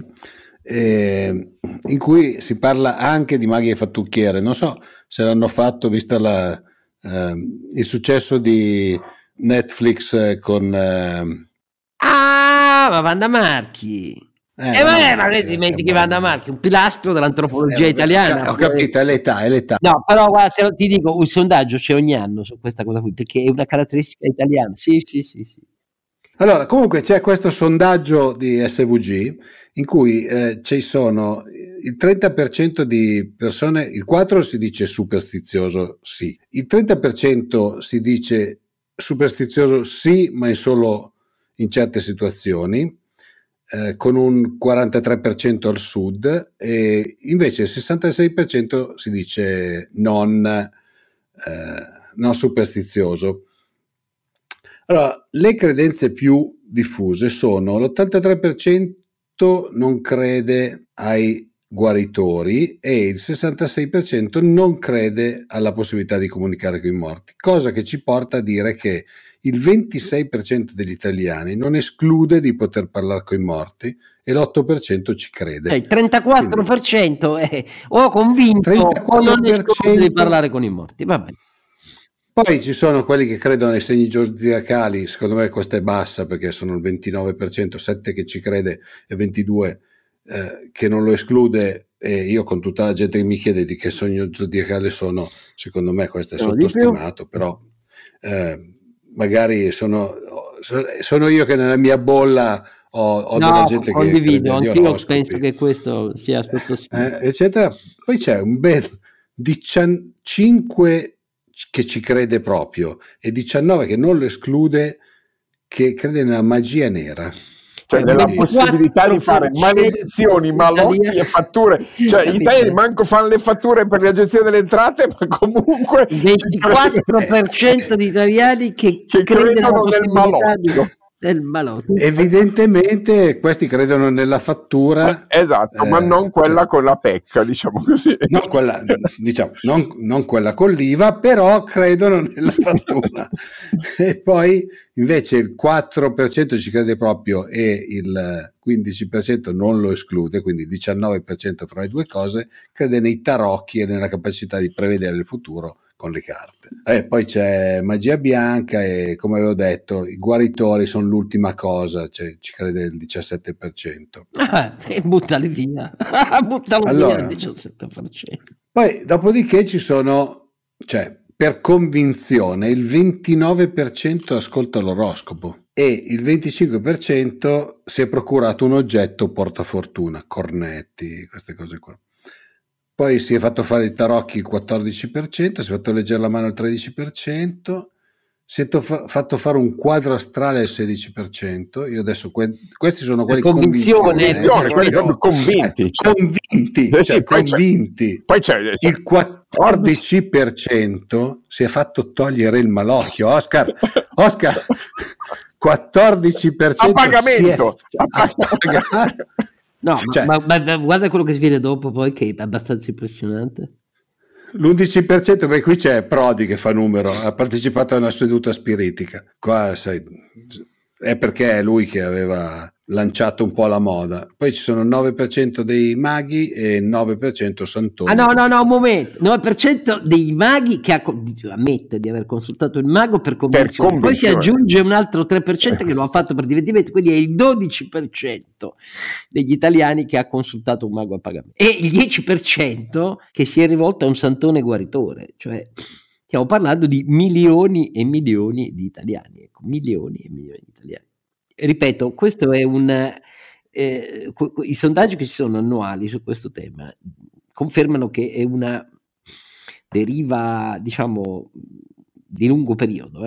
in cui si parla anche di maghi e fattucchiere. Non so se l'hanno fatto vista il successo di Netflix con Ma Wanda Marchi. Ma che dimentichi Wanda Marchi, un pilastro dell'antropologia italiana. Ho capito, è l'età. No, però guarda, ti dico, un sondaggio c'è ogni anno su questa cosa qui, perché è una caratteristica italiana. Sì. Allora, comunque c'è questo sondaggio di SVG in cui ci sono il 30% di persone, il 4% si dice superstizioso sì, il 30% si dice superstizioso sì, ma solo in certe situazioni, con un 43% al sud, e invece il 66% si dice non superstizioso. Allora, le credenze più diffuse sono l'83% non crede ai guaritori e il 66% non crede alla possibilità di comunicare con i morti, cosa che ci porta a dire che il 26% degli italiani non esclude di poter parlare con i morti e l'8% ci crede. Il 34% è o convinto 34% o non esclude di parlare con i morti. Va bene. Poi ci sono quelli che credono ai segni zodiacali, secondo me questa è bassa perché sono il 29%, 7 che ci crede e 22 che non lo esclude, e io con tutta la gente che mi chiede di che segno zodiacale sono, secondo me questo è sottostimato, però magari sono io che nella mia bolla ho della gente condivido, che anch'io penso che questo sia sottostimato, eccetera. Poi c'è un bel 15 che ci crede proprio e 19 che non lo esclude, che crede nella magia nera, cioè nella possibilità di fare maledizioni, malotti e fatture. Cioè gli italiani manco fanno le fatture per l'agenzia delle entrate, ma comunque 24% di italiani che credono nel malocchio. Evidentemente questi credono nella fattura, esatto, ma non quella con la pecca, diciamo così. Non quella, diciamo, non quella con l'IVA, però credono nella fattura. E poi invece il 4% ci crede proprio e il 15% non lo esclude, quindi il 19% fra le due cose crede nei tarocchi e nella capacità di prevedere il futuro con le carte. Poi c'è magia bianca e, come avevo detto, i guaritori sono l'ultima cosa, cioè ci crede il 17%. Buttali via. Buttalo via il 17%. Poi dopodiché ci sono, cioè per convinzione il 29% ascolta l'oroscopo e il 25% si è procurato un oggetto portafortuna, cornetti, queste cose qua. Poi si è fatto fare i tarocchi il 14%, si è fatto leggere la mano il 13%, si è fatto fare un quadro astrale al 16%. Io adesso questi sono quelli convinti. Quelli proprio convinti. Convinti. Poi c'è il 14% si è fatto togliere il malocchio. Oscar 14% a pagamento. No, ma guarda quello che si vede dopo poi, che è abbastanza impressionante. L'11%, beh, qui c'è Prodi che fa numero, ha partecipato a una seduta spiritica. Qua sai, è perché è lui che aveva lanciato un po' la moda. Poi ci sono il 9% dei maghi e il 9% santoni. No, un momento. 9% dei maghi che ammette di aver consultato il mago per convinzione. Poi si aggiunge un altro 3% che lo ha fatto per divertimento, quindi è il 12% degli italiani che ha consultato un mago a pagamento. E il 10% che si è rivolto a un santone guaritore. Cioè, stiamo parlando di milioni e milioni di italiani. Ecco, milioni e milioni di italiani. Ripeto, questo è i sondaggi che ci sono annuali su questo tema confermano che è una deriva, diciamo, di lungo periodo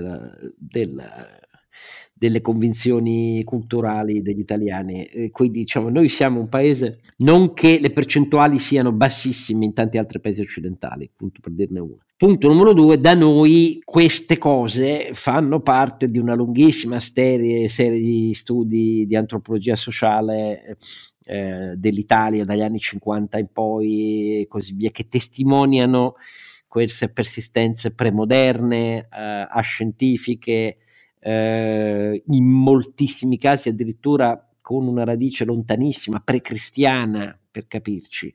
delle convinzioni culturali degli italiani. Quindi, diciamo, noi siamo un paese, non che le percentuali siano bassissime in tanti altri paesi occidentali, appunto, per dirne uno. Punto numero 2, da noi queste cose fanno parte di una lunghissima serie di studi di antropologia sociale dell'Italia dagli anni 50 in poi e così via, che testimoniano queste persistenze premoderne, ascientifiche, in moltissimi casi addirittura con una radice lontanissima, precristiana, per capirci,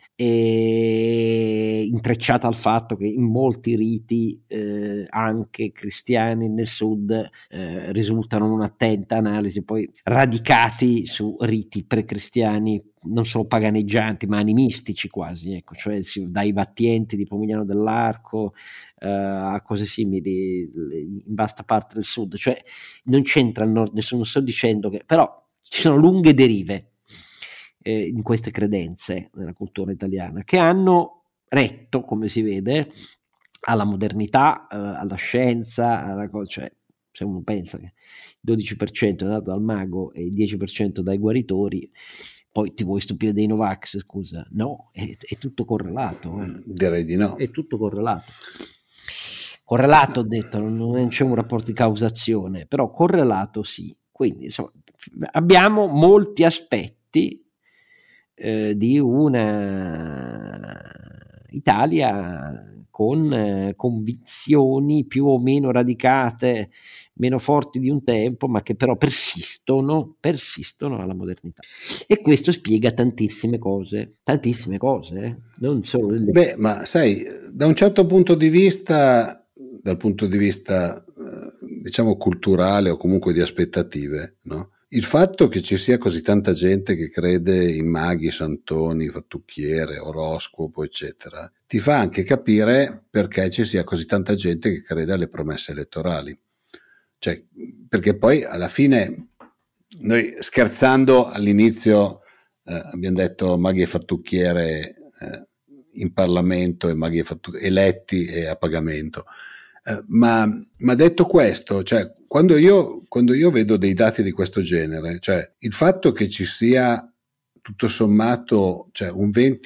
e intrecciata al fatto che in molti riti anche cristiani nel sud risultano un'attenta analisi poi radicati su riti precristiani non solo paganeggianti ma animistici quasi, ecco, cioè dai battienti di Pomigliano dell'Arco a cose simili in vasta parte del sud, cioè non c'entra il nord, nessuno, sto dicendo che però ci sono lunghe derive in queste credenze nella cultura italiana che hanno retto, come si vede, alla modernità, alla scienza, cioè se uno pensa che il 12% è dato dal mago e il 10% dai guaritori, poi ti vuoi stupire dei Novax, scusa? No, è tutto correlato. Direi di no. È tutto correlato. Correlato, ho detto, non c'è un rapporto di causazione, però correlato sì. Quindi insomma, abbiamo molti aspetti di una Italia con convinzioni più o meno radicate, meno forti di un tempo, ma che però persistono alla modernità. E questo spiega tantissime cose, non solo delle... Beh, ma sai, da un certo punto di vista, dal punto di vista diciamo culturale o comunque di aspettative, no? Il fatto che ci sia così tanta gente che crede in maghi, santoni, fattucchiere, oroscopo, eccetera, ti fa anche capire perché ci sia così tanta gente che crede alle promesse elettorali. Cioè, perché poi alla fine noi scherzando all'inizio abbiamo detto maghi e fattucchiere in Parlamento e maghi e eletti e a pagamento. Ma detto questo, cioè, quando io vedo dei dati di questo genere, cioè il fatto che ci sia tutto sommato, cioè un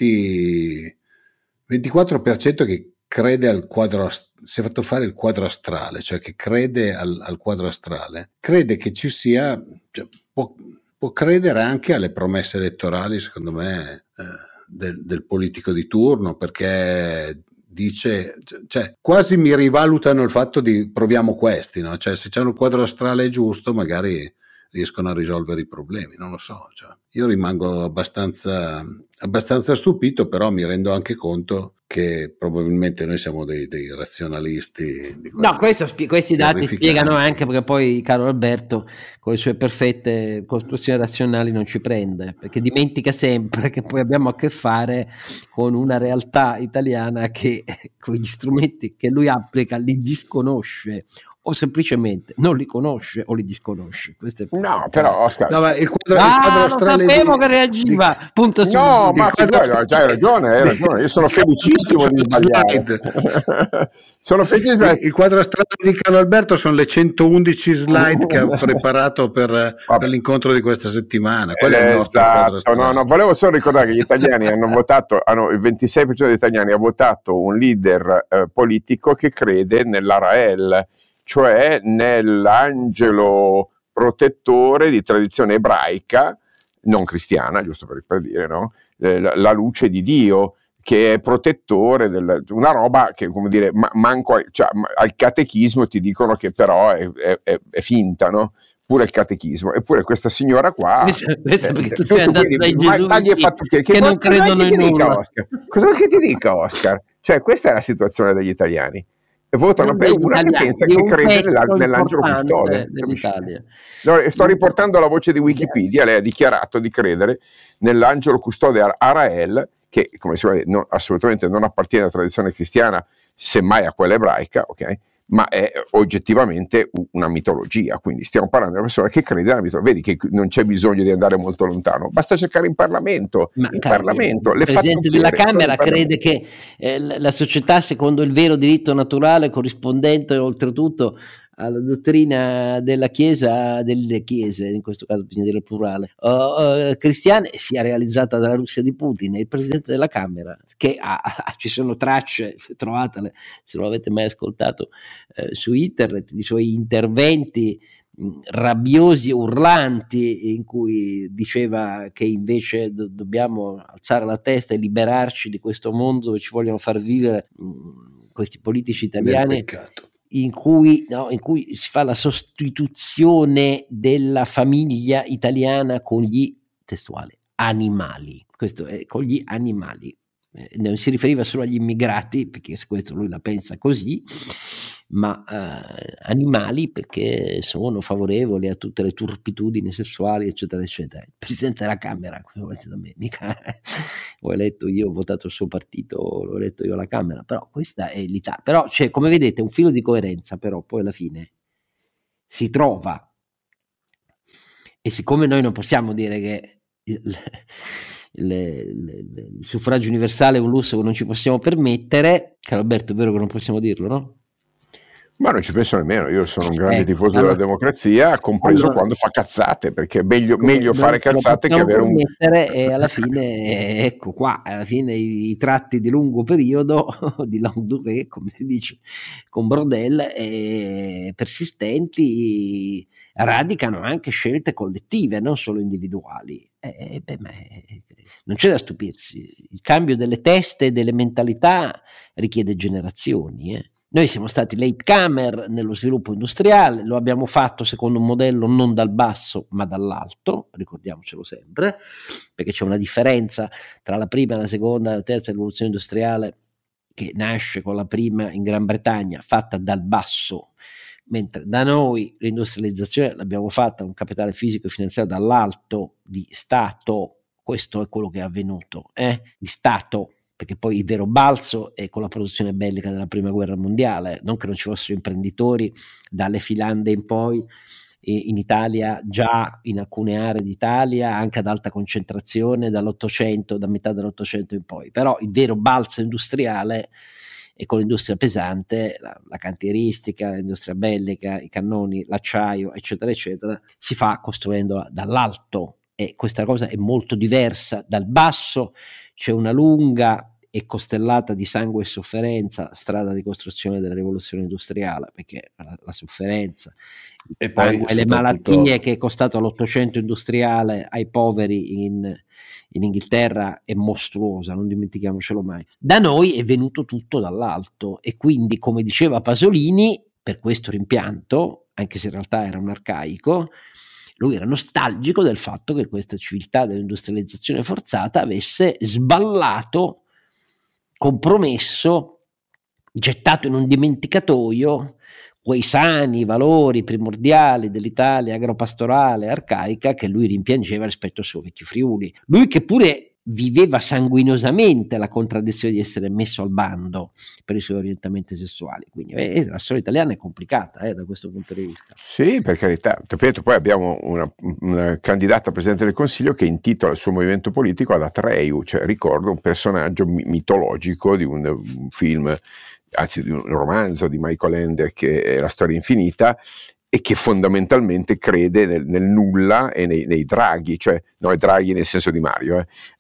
24% che crede al quadro, si è fatto fare il quadro astrale, cioè che crede al quadro astrale, crede che ci sia, cioè, può credere anche alle promesse elettorali, secondo me, del politico di turno, perché dice, cioè quasi mi rivalutano il fatto di proviamo questi, no? Cioè se c'è un quadro astrale giusto magari riescono a risolvere i problemi, non lo so, cioè, io rimango abbastanza stupito, però mi rendo anche conto che probabilmente noi siamo dei razionalisti di no, questi dati spiegano anche perché poi caro Alberto con le sue perfette costruzioni razionali non ci prende, perché dimentica sempre che poi abbiamo a che fare con una realtà italiana che con gli strumenti che lui applica li disconosce o semplicemente non li conosce o li disconosce. No, però Oscar, no, ma il quadro astrale non sapevo che reagiva. Punto no, ma hai ragione. Io sono felicissimo di sbagliare. Sono felicissimo. Il quadro astrale di Carlo Alberto sono le 111 slide che ha preparato per l'incontro di questa settimana. Quello è il nostro quadro astrale. No, volevo solo ricordare che gli italiani hanno votato, il 26% degli italiani ha votato un leader politico che crede nell'Arael, cioè nell'angelo protettore di tradizione ebraica, non cristiana, giusto per dire, no? La luce di Dio, che è protettore una roba che, come dire, manco cioè, al catechismo ti dicono che però è finta, no? Pure il catechismo, eppure questa signora qua perché tu sei andato dai gesuiti che non credono in nulla. Cosa che ti dica Oscar? Cioè questa è la situazione degli italiani e votano per una che pensa che crede nell'angelo custode dell'Italia. Sto riportando la voce di Wikipedia. Lei ha dichiarato di credere nell'angelo custode Arael, che come si vede assolutamente non appartiene alla tradizione cristiana, semmai a quella ebraica, ok? Ma è oggettivamente una mitologia, quindi stiamo parlando di una persona che crede nella mitologia. Vedi che non c'è bisogno di andare molto lontano, basta cercare in Parlamento. Il Presidente della Camera crede che la società secondo il vero diritto naturale, corrispondente oltretutto alla dottrina della Chiesa, delle Chiese, in questo caso bisogna dire il plurale, cristiane, sia realizzata dalla Russia di Putin. Il Presidente della Camera, che ci sono tracce, trovatele se non l'avete mai ascoltato su internet, di suoi interventi rabbiosi e urlanti in cui diceva che invece dobbiamo alzare la testa e liberarci di questo mondo dove ci vogliono far vivere questi politici italiani in cui si fa la sostituzione della famiglia italiana con gli testuali animali. Questo è con gli animali. Non si riferiva solo agli immigrati, perché questo lui la pensa così, ma animali perché sono favorevoli a tutte le turpitudini sessuali, eccetera, eccetera. Il Presidente della Camera, come volete da me, mica ho eletto io, ho votato il suo partito, l'ho eletto io alla Camera, però questa è l'Italia. Però c'è, come vedete, un filo di coerenza, però poi alla fine si trova. E siccome noi non possiamo dire che il suffragio universale è un lusso che non ci possiamo permettere, caro Alberto, è vero che non possiamo dirlo, no? Ma non ci penso nemmeno, io sono un grande tifoso della democrazia, compreso quando fa cazzate, perché è meglio fare cazzate che avere un... E alla fine, ecco qua, alla fine i tratti di lungo periodo, di longue durée, come si dice, con Brodel, persistenti, radicano anche scelte collettive, non solo individuali. Non c'è da stupirsi, il cambio delle teste e delle mentalità richiede generazioni, Noi siamo stati latecomer nello sviluppo industriale, lo abbiamo fatto secondo un modello non dal basso ma dall'alto, ricordiamocelo sempre, perché c'è una differenza tra la prima, la seconda e la terza rivoluzione industriale, che nasce con la prima in Gran Bretagna fatta dal basso, mentre da noi l'industrializzazione l'abbiamo fatta con capitale fisico e finanziario dall'alto, di Stato. Questo è quello che è avvenuto, di Stato, perché poi il vero balzo è con la produzione bellica della prima guerra mondiale, non che non ci fossero imprenditori dalle Filande in poi in Italia, già in alcune aree d'Italia, anche ad alta concentrazione dall'Ottocento, da metà dell'Ottocento in poi, però il vero balzo industriale è con l'industria pesante, la cantieristica, l'industria bellica, i cannoni, l'acciaio, eccetera, eccetera, si fa costruendola dall'alto, e questa cosa è molto diversa dal basso. C'è una lunga e costellata di sangue e sofferenza strada di costruzione della rivoluzione industriale, perché la sofferenza e poi le malattie che è costato l'Ottocento industriale ai poveri in Inghilterra è mostruosa, non dimentichiamocelo mai. Da noi è venuto tutto dall'alto, e quindi, come diceva Pasolini, per questo rimpianto, anche se in realtà era un arcaico, lui era nostalgico del fatto che questa civiltà dell'industrializzazione forzata avesse sballato, compromesso, gettato in un dimenticatoio quei sani valori primordiali dell'Italia agropastorale arcaica che lui rimpiangeva rispetto al suo vecchio Friuli. Lui che pure viveva sanguinosamente la contraddizione di essere messo al bando per i suoi orientamenti sessuali. Quindi la storia italiana è complicata da questo punto di vista. Sì, per carità. Poi abbiamo una candidata a Presidente del Consiglio che intitola il suo movimento politico ad Atreyu, cioè ricordo un personaggio mitologico di un film, anzi di un romanzo di Michael Ende che è La storia infinita, e che fondamentalmente crede nel nulla e nei draghi, cioè no, i draghi nel senso di Mario,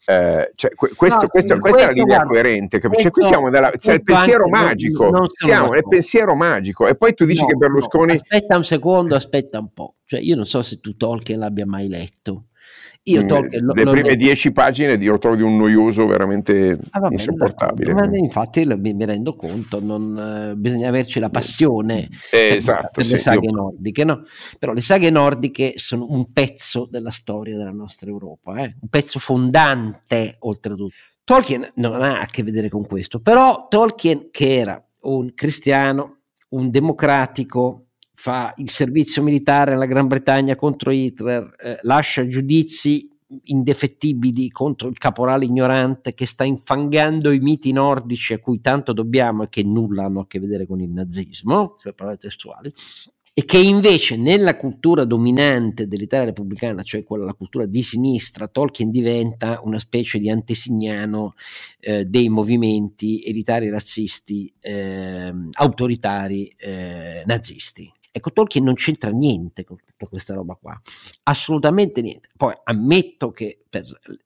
questa è la linea coerente, cioè, qui siamo il pensiero magico, siamo nel pensiero magico, e poi tu dici che Berlusconi... Aspetta un secondo, aspetta un po', cioè io non so se tu Tolkien l'abbia mai letto. Io le prime 10 pagine lo trovo di un noioso veramente insopportabile. Ma infatti mi rendo conto, bisogna averci la passione per le saghe nordiche, no? Però le saghe nordiche sono un pezzo della storia della nostra Europa, un pezzo fondante oltretutto. Tolkien non ha a che vedere con questo, però Tolkien, che era un cristiano, un democratico, fa il servizio militare nella Gran Bretagna contro Hitler, lascia giudizi indefettibili contro il caporale ignorante che sta infangando i miti nordici a cui tanto dobbiamo e che nulla hanno a che vedere con il nazismo, per parole testuali, e che invece nella cultura dominante dell'Italia repubblicana, cioè quella la cultura di sinistra, Tolkien diventa una specie di antesignano dei movimenti elitari razzisti autoritari nazisti. Ecco, Tolkien non c'entra niente con tutta questa roba qua, assolutamente niente. Poi ammetto che per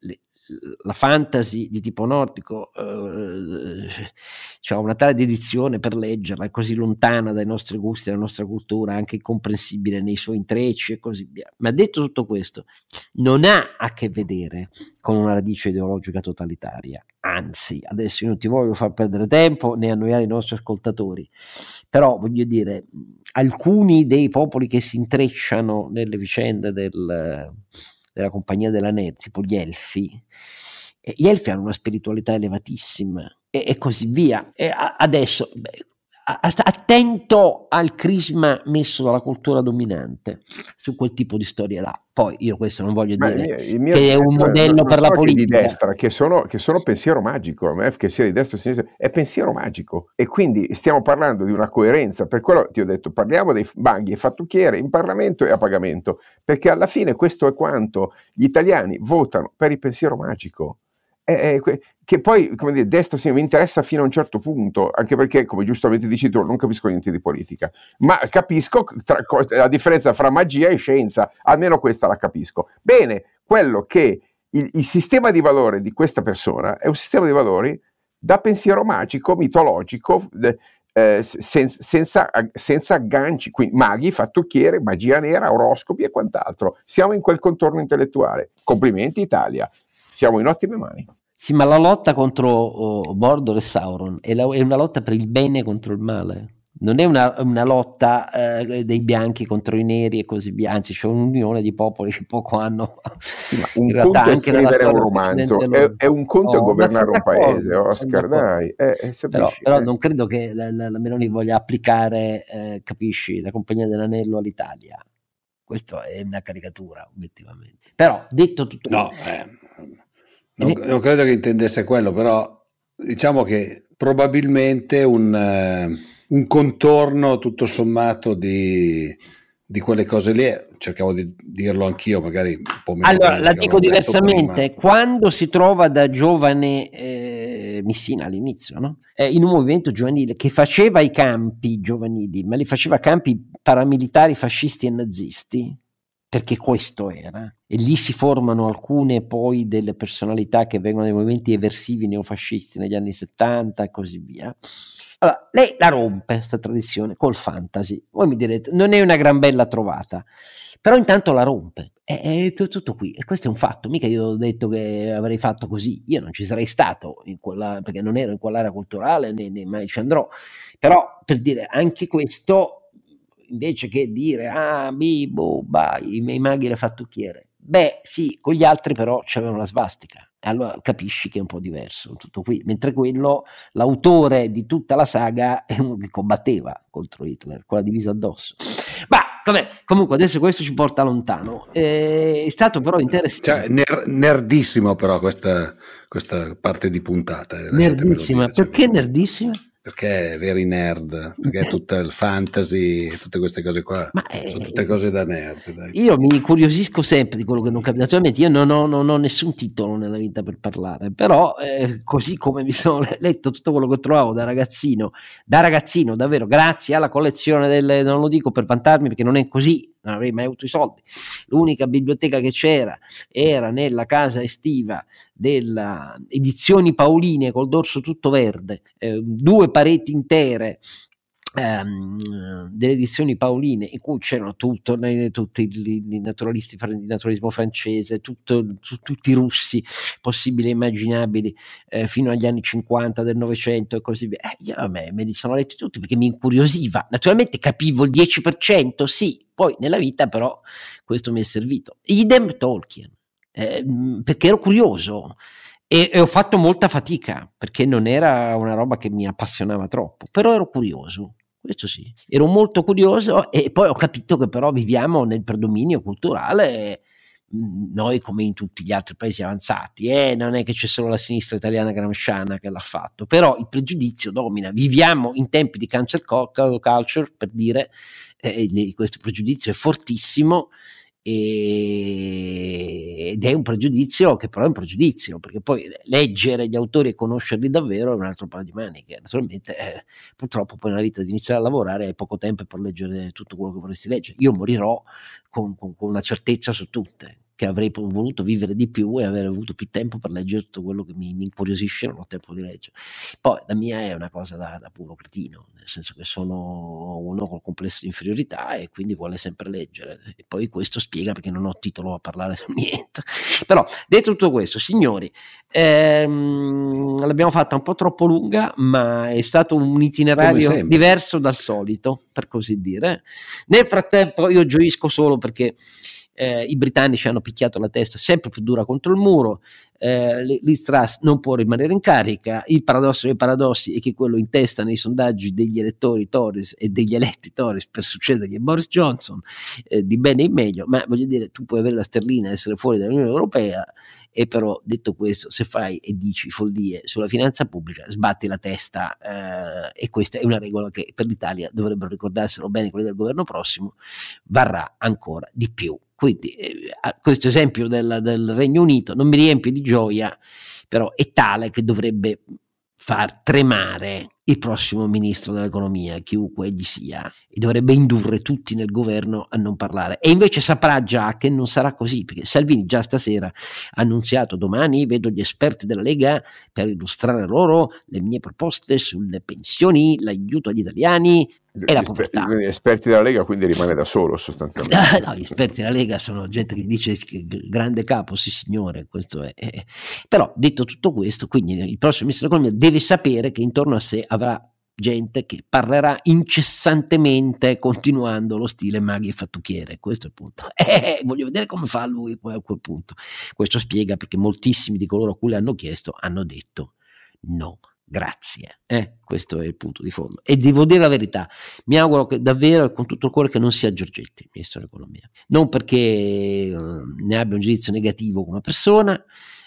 la fantasy di tipo nordico c'è una tale dedizione per leggerla, è così lontana dai nostri gusti, dalla nostra cultura, anche incomprensibile nei suoi intrecci e così via. Ma detto tutto questo, non ha a che vedere con una radice ideologica totalitaria, anzi, adesso io non ti voglio far perdere tempo né annoiare i nostri ascoltatori, però voglio dire, alcuni dei popoli che si intrecciano nelle vicende della Compagnia della Neve, tipo gli Elfi hanno una spiritualità elevatissima e così via. Adesso attento al crisma messo dalla cultura dominante su quel tipo di storia là. Poi io questo non voglio dire che è un modello per la politica di destra, che sono pensiero magico, a me che sia di destra o di sinistra è pensiero magico, e quindi stiamo parlando di una coerenza. Per quello ti ho detto, parliamo dei banghi e fattucchiere in Parlamento e a pagamento, perché alla fine questo è quanto gli italiani votano per il pensiero magico. Che poi, come dire, destra sì, mi interessa fino a un certo punto, anche perché, come giustamente dici tu, non capisco niente di politica, ma capisco la differenza fra magia e scienza, almeno questa la capisco. Bene, quello che il sistema di valore di questa persona è un sistema di valori da pensiero magico, mitologico, senza agganci, quindi maghi, fattucchiere, magia nera, oroscopi e quant'altro. Siamo in quel contorno intellettuale. Complimenti Italia, siamo in ottime mani. Sì, ma la lotta contro Mordor e Sauron è una lotta per il bene contro il male. Non è una lotta dei bianchi contro i neri e così via, anzi c'è un'unione di popoli che poco hanno. Sì, ma un conto è scrivere un romanzo, è un conto è governare un paese, Oscar, dai. Però non credo che la Meloni voglia applicare, capisci, la Compagnia dell'Anello all'Italia. Questo è una caricatura, obiettivamente. Però, detto tutto non credo che intendesse quello, però diciamo che probabilmente un contorno tutto sommato di quelle cose lì, cercavo di dirlo anch'io, magari un po' meno. Allora, la dico diversamente, quando si trova da giovane Missina all'inizio, no? In un movimento giovanile che faceva i campi giovanili, ma li faceva campi paramilitari, fascisti e nazisti, perché questo era, e lì si formano alcune poi delle personalità che vengono dai movimenti eversivi neofascisti negli anni 70 e così via. Allora, lei la rompe questa tradizione col fantasy. Voi mi direte, non è una gran bella trovata, però intanto la rompe. È tutto qui, e questo è un fatto. Mica io ho detto che avrei fatto così, io non ci sarei stato perché non ero in quell'area culturale, né mai ci andrò. Però per dire, anche questo, invece che dire i miei maghi e le fattucchiere, sì, con gli altri però c'avevano la svastica, e allora capisci che è un po' diverso tutto qui, mentre quello, l'autore di tutta la saga, è uno che combatteva contro Hitler con la divisa addosso. Ma comunque adesso questo ci porta lontano. È stato però interessante, nerdissimo però questa parte di puntata, nerdissima. Perché nerdissima? Perché è very nerd, perché è tutto il fantasy, tutte queste cose qua, sono tutte cose da nerd, dai. Io mi incuriosisco sempre di quello che non capisco. Naturalmente io non ho nessun titolo nella vita per parlare, però così come mi sono letto tutto quello che trovavo da ragazzino davvero, grazie alla collezione non lo dico per vantarmi perché non è così, non avrei mai avuto i soldi, l'unica biblioteca che c'era era nella casa estiva della Edizioni Paoline col dorso tutto verde, 2 pareti intere delle Edizioni Paoline in cui c'erano tutti i naturalisti, il naturalismo francese, tutti i russi possibili e immaginabili, fino agli anni 50 del Novecento e così via. Io me li sono letti tutti perché mi incuriosiva. Naturalmente capivo il 10%, sì, poi nella vita però questo mi è servito. Idem Tolkien, perché ero curioso. E ho fatto molta fatica perché non era una roba che mi appassionava troppo, però ero curioso, questo sì, ero molto curioso, e poi ho capito che però viviamo nel predominio culturale, noi come in tutti gli altri paesi avanzati, non è che c'è solo la sinistra italiana gramsciana che l'ha fatto, però il pregiudizio domina, viviamo in tempi di cancel culture, per dire, questo pregiudizio è fortissimo. Ed è un pregiudizio che però è un pregiudizio, perché poi leggere gli autori e conoscerli davvero è un altro paio di maniche. Naturalmente purtroppo poi nella vita devi iniziare a lavorare e hai poco tempo per leggere tutto quello che vorresti leggere. Io morirò con una certezza su tutte, che avrei voluto vivere di più e aver avuto più tempo per leggere tutto quello che mi incuriosisce, non ho tempo di leggere. Poi la mia è una cosa da puro cretino, nel senso che sono uno col complesso di inferiorità e quindi vuole sempre leggere, e poi questo spiega perché non ho titolo a parlare su niente. Però detto tutto questo, signori, l'abbiamo fatta un po' troppo lunga, ma è stato un itinerario diverso dal solito, per così dire. Nel frattempo io gioisco solo perché i britannici hanno picchiato la testa sempre più dura contro il muro, Liz Truss non può rimanere in carica. Il paradosso dei paradossi è che quello in testa nei sondaggi degli elettori Tories e degli eletti Tories per succedergli a Boris Johnson, di bene in meglio, ma voglio dire, tu puoi avere la sterlina e essere fuori dall'Unione Europea, e però detto questo, se fai e dici follie sulla finanza pubblica sbatti la testa, e questa è una regola che per l'Italia dovrebbero ricordarselo bene quelli del governo prossimo, varrà ancora di più. Quindi questo esempio del Regno Unito non mi riempie di gioia, però è tale che dovrebbe far tremare il prossimo ministro dell'economia, chiunque egli sia, e dovrebbe indurre tutti nel governo a non parlare. E invece saprà già che non sarà così, perché Salvini già stasera ha annunziato: domani vedo gli esperti della Lega per illustrare loro le mie proposte sulle pensioni, l'aiuto agli italiani e la povertà. Gli esperti della Lega quindi rimane da solo sostanzialmente. No, gli esperti della Lega sono gente che dice grande capo, sì signore, questo è. Però detto tutto questo, quindi il prossimo ministro dell'economia deve sapere che intorno a sé avrà gente che parlerà incessantemente continuando lo stile Maghi e Fattucchiere. Questo è il punto. Voglio vedere come fa lui poi a quel punto. Questo spiega perché moltissimi di coloro a cui l'hanno chiesto hanno detto no, grazie. Questo è il punto di fondo. E devo dire la verità, mi auguro che davvero con tutto il cuore che non sia Giorgetti il ministro dell'economia, non perché ne abbia un giudizio negativo come persona,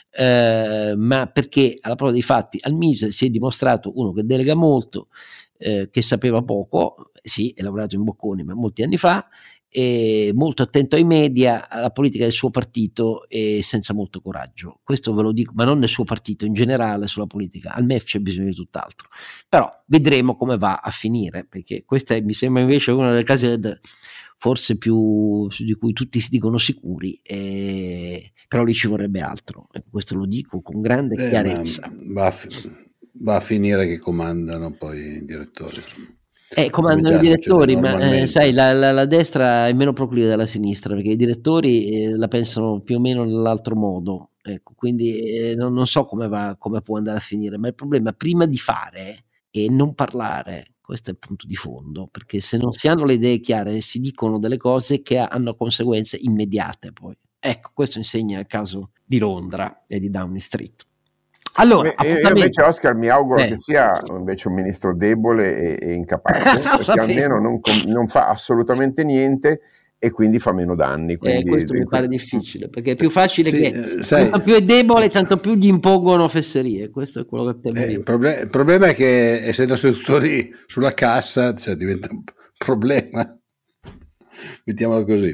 ma perché alla prova dei fatti al Mise si è dimostrato uno che delega molto, che sapeva poco, sì, è lavorato in Bocconi ma molti anni fa, e molto attento ai media, alla politica del suo partito e senza molto coraggio. Questo ve lo dico, ma non nel suo partito, in generale sulla politica. Al MEF c'è bisogno di tutt'altro, però vedremo come va a finire, perché questa mi sembra invece una delle case forse più di cui tutti si dicono sicuri, però lì ci vorrebbe altro. Questo lo dico con grande chiarezza. Va a finire che comandano poi i direttori. Comandano i direttori, ma sai, la destra è meno proclive della sinistra, perché i direttori la pensano più o meno nell'altro modo. Ecco, quindi non so come può andare a finire, ma il problema prima di fare è non parlare. Questo è il punto di fondo, perché se non si hanno le idee chiare si dicono delle cose che hanno conseguenze immediate poi. Ecco, questo insegna il caso di Londra e di Downing Street. Allora, io invece, Oscar, mi auguro che sia invece un ministro debole e incapace, perché almeno non fa assolutamente niente e quindi fa meno danni. Quindi, questo mi pare difficile, perché è più facile tanto più è debole, tanto più gli impongono fesserie. Questo è quello che temo io. Il problema è che essendo sedutori sulla cassa, diventa un problema. Mettiamolo così.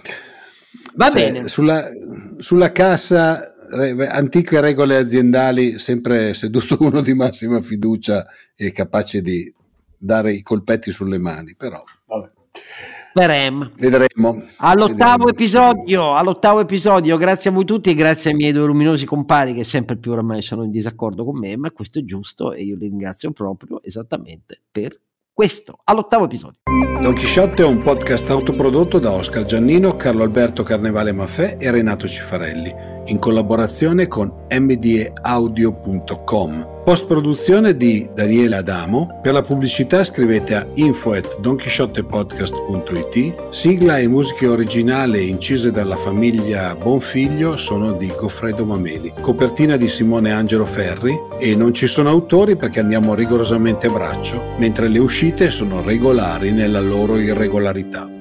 Va bene. Sulla cassa, antiche regole aziendali, sempre seduto uno di massima fiducia e capace di dare i colpetti sulle mani, però vabbè. Vedremo. All'ottavo episodio, grazie a voi tutti e grazie ai miei due luminosi compari che sempre più oramai sono in disaccordo con me, ma questo è giusto e io li ringrazio proprio esattamente per questo. All'ottavo episodio. Don Chisciotte è un podcast autoprodotto da Oscar Giannino, Carlo Alberto Carnevale Maffè e Renato Cifarelli, in collaborazione con mdeaudio.com. Post-produzione di Daniele Adamo. Per la pubblicità scrivete a info@donchisciottepodcast.it. Sigla e musiche originali incise dalla famiglia Bonfiglio sono di Goffredo Mameli. Copertina di Simone Angelo Ferri, e non ci sono autori perché andiamo rigorosamente a braccio, mentre le uscite sono regolari nella loro irregolarità.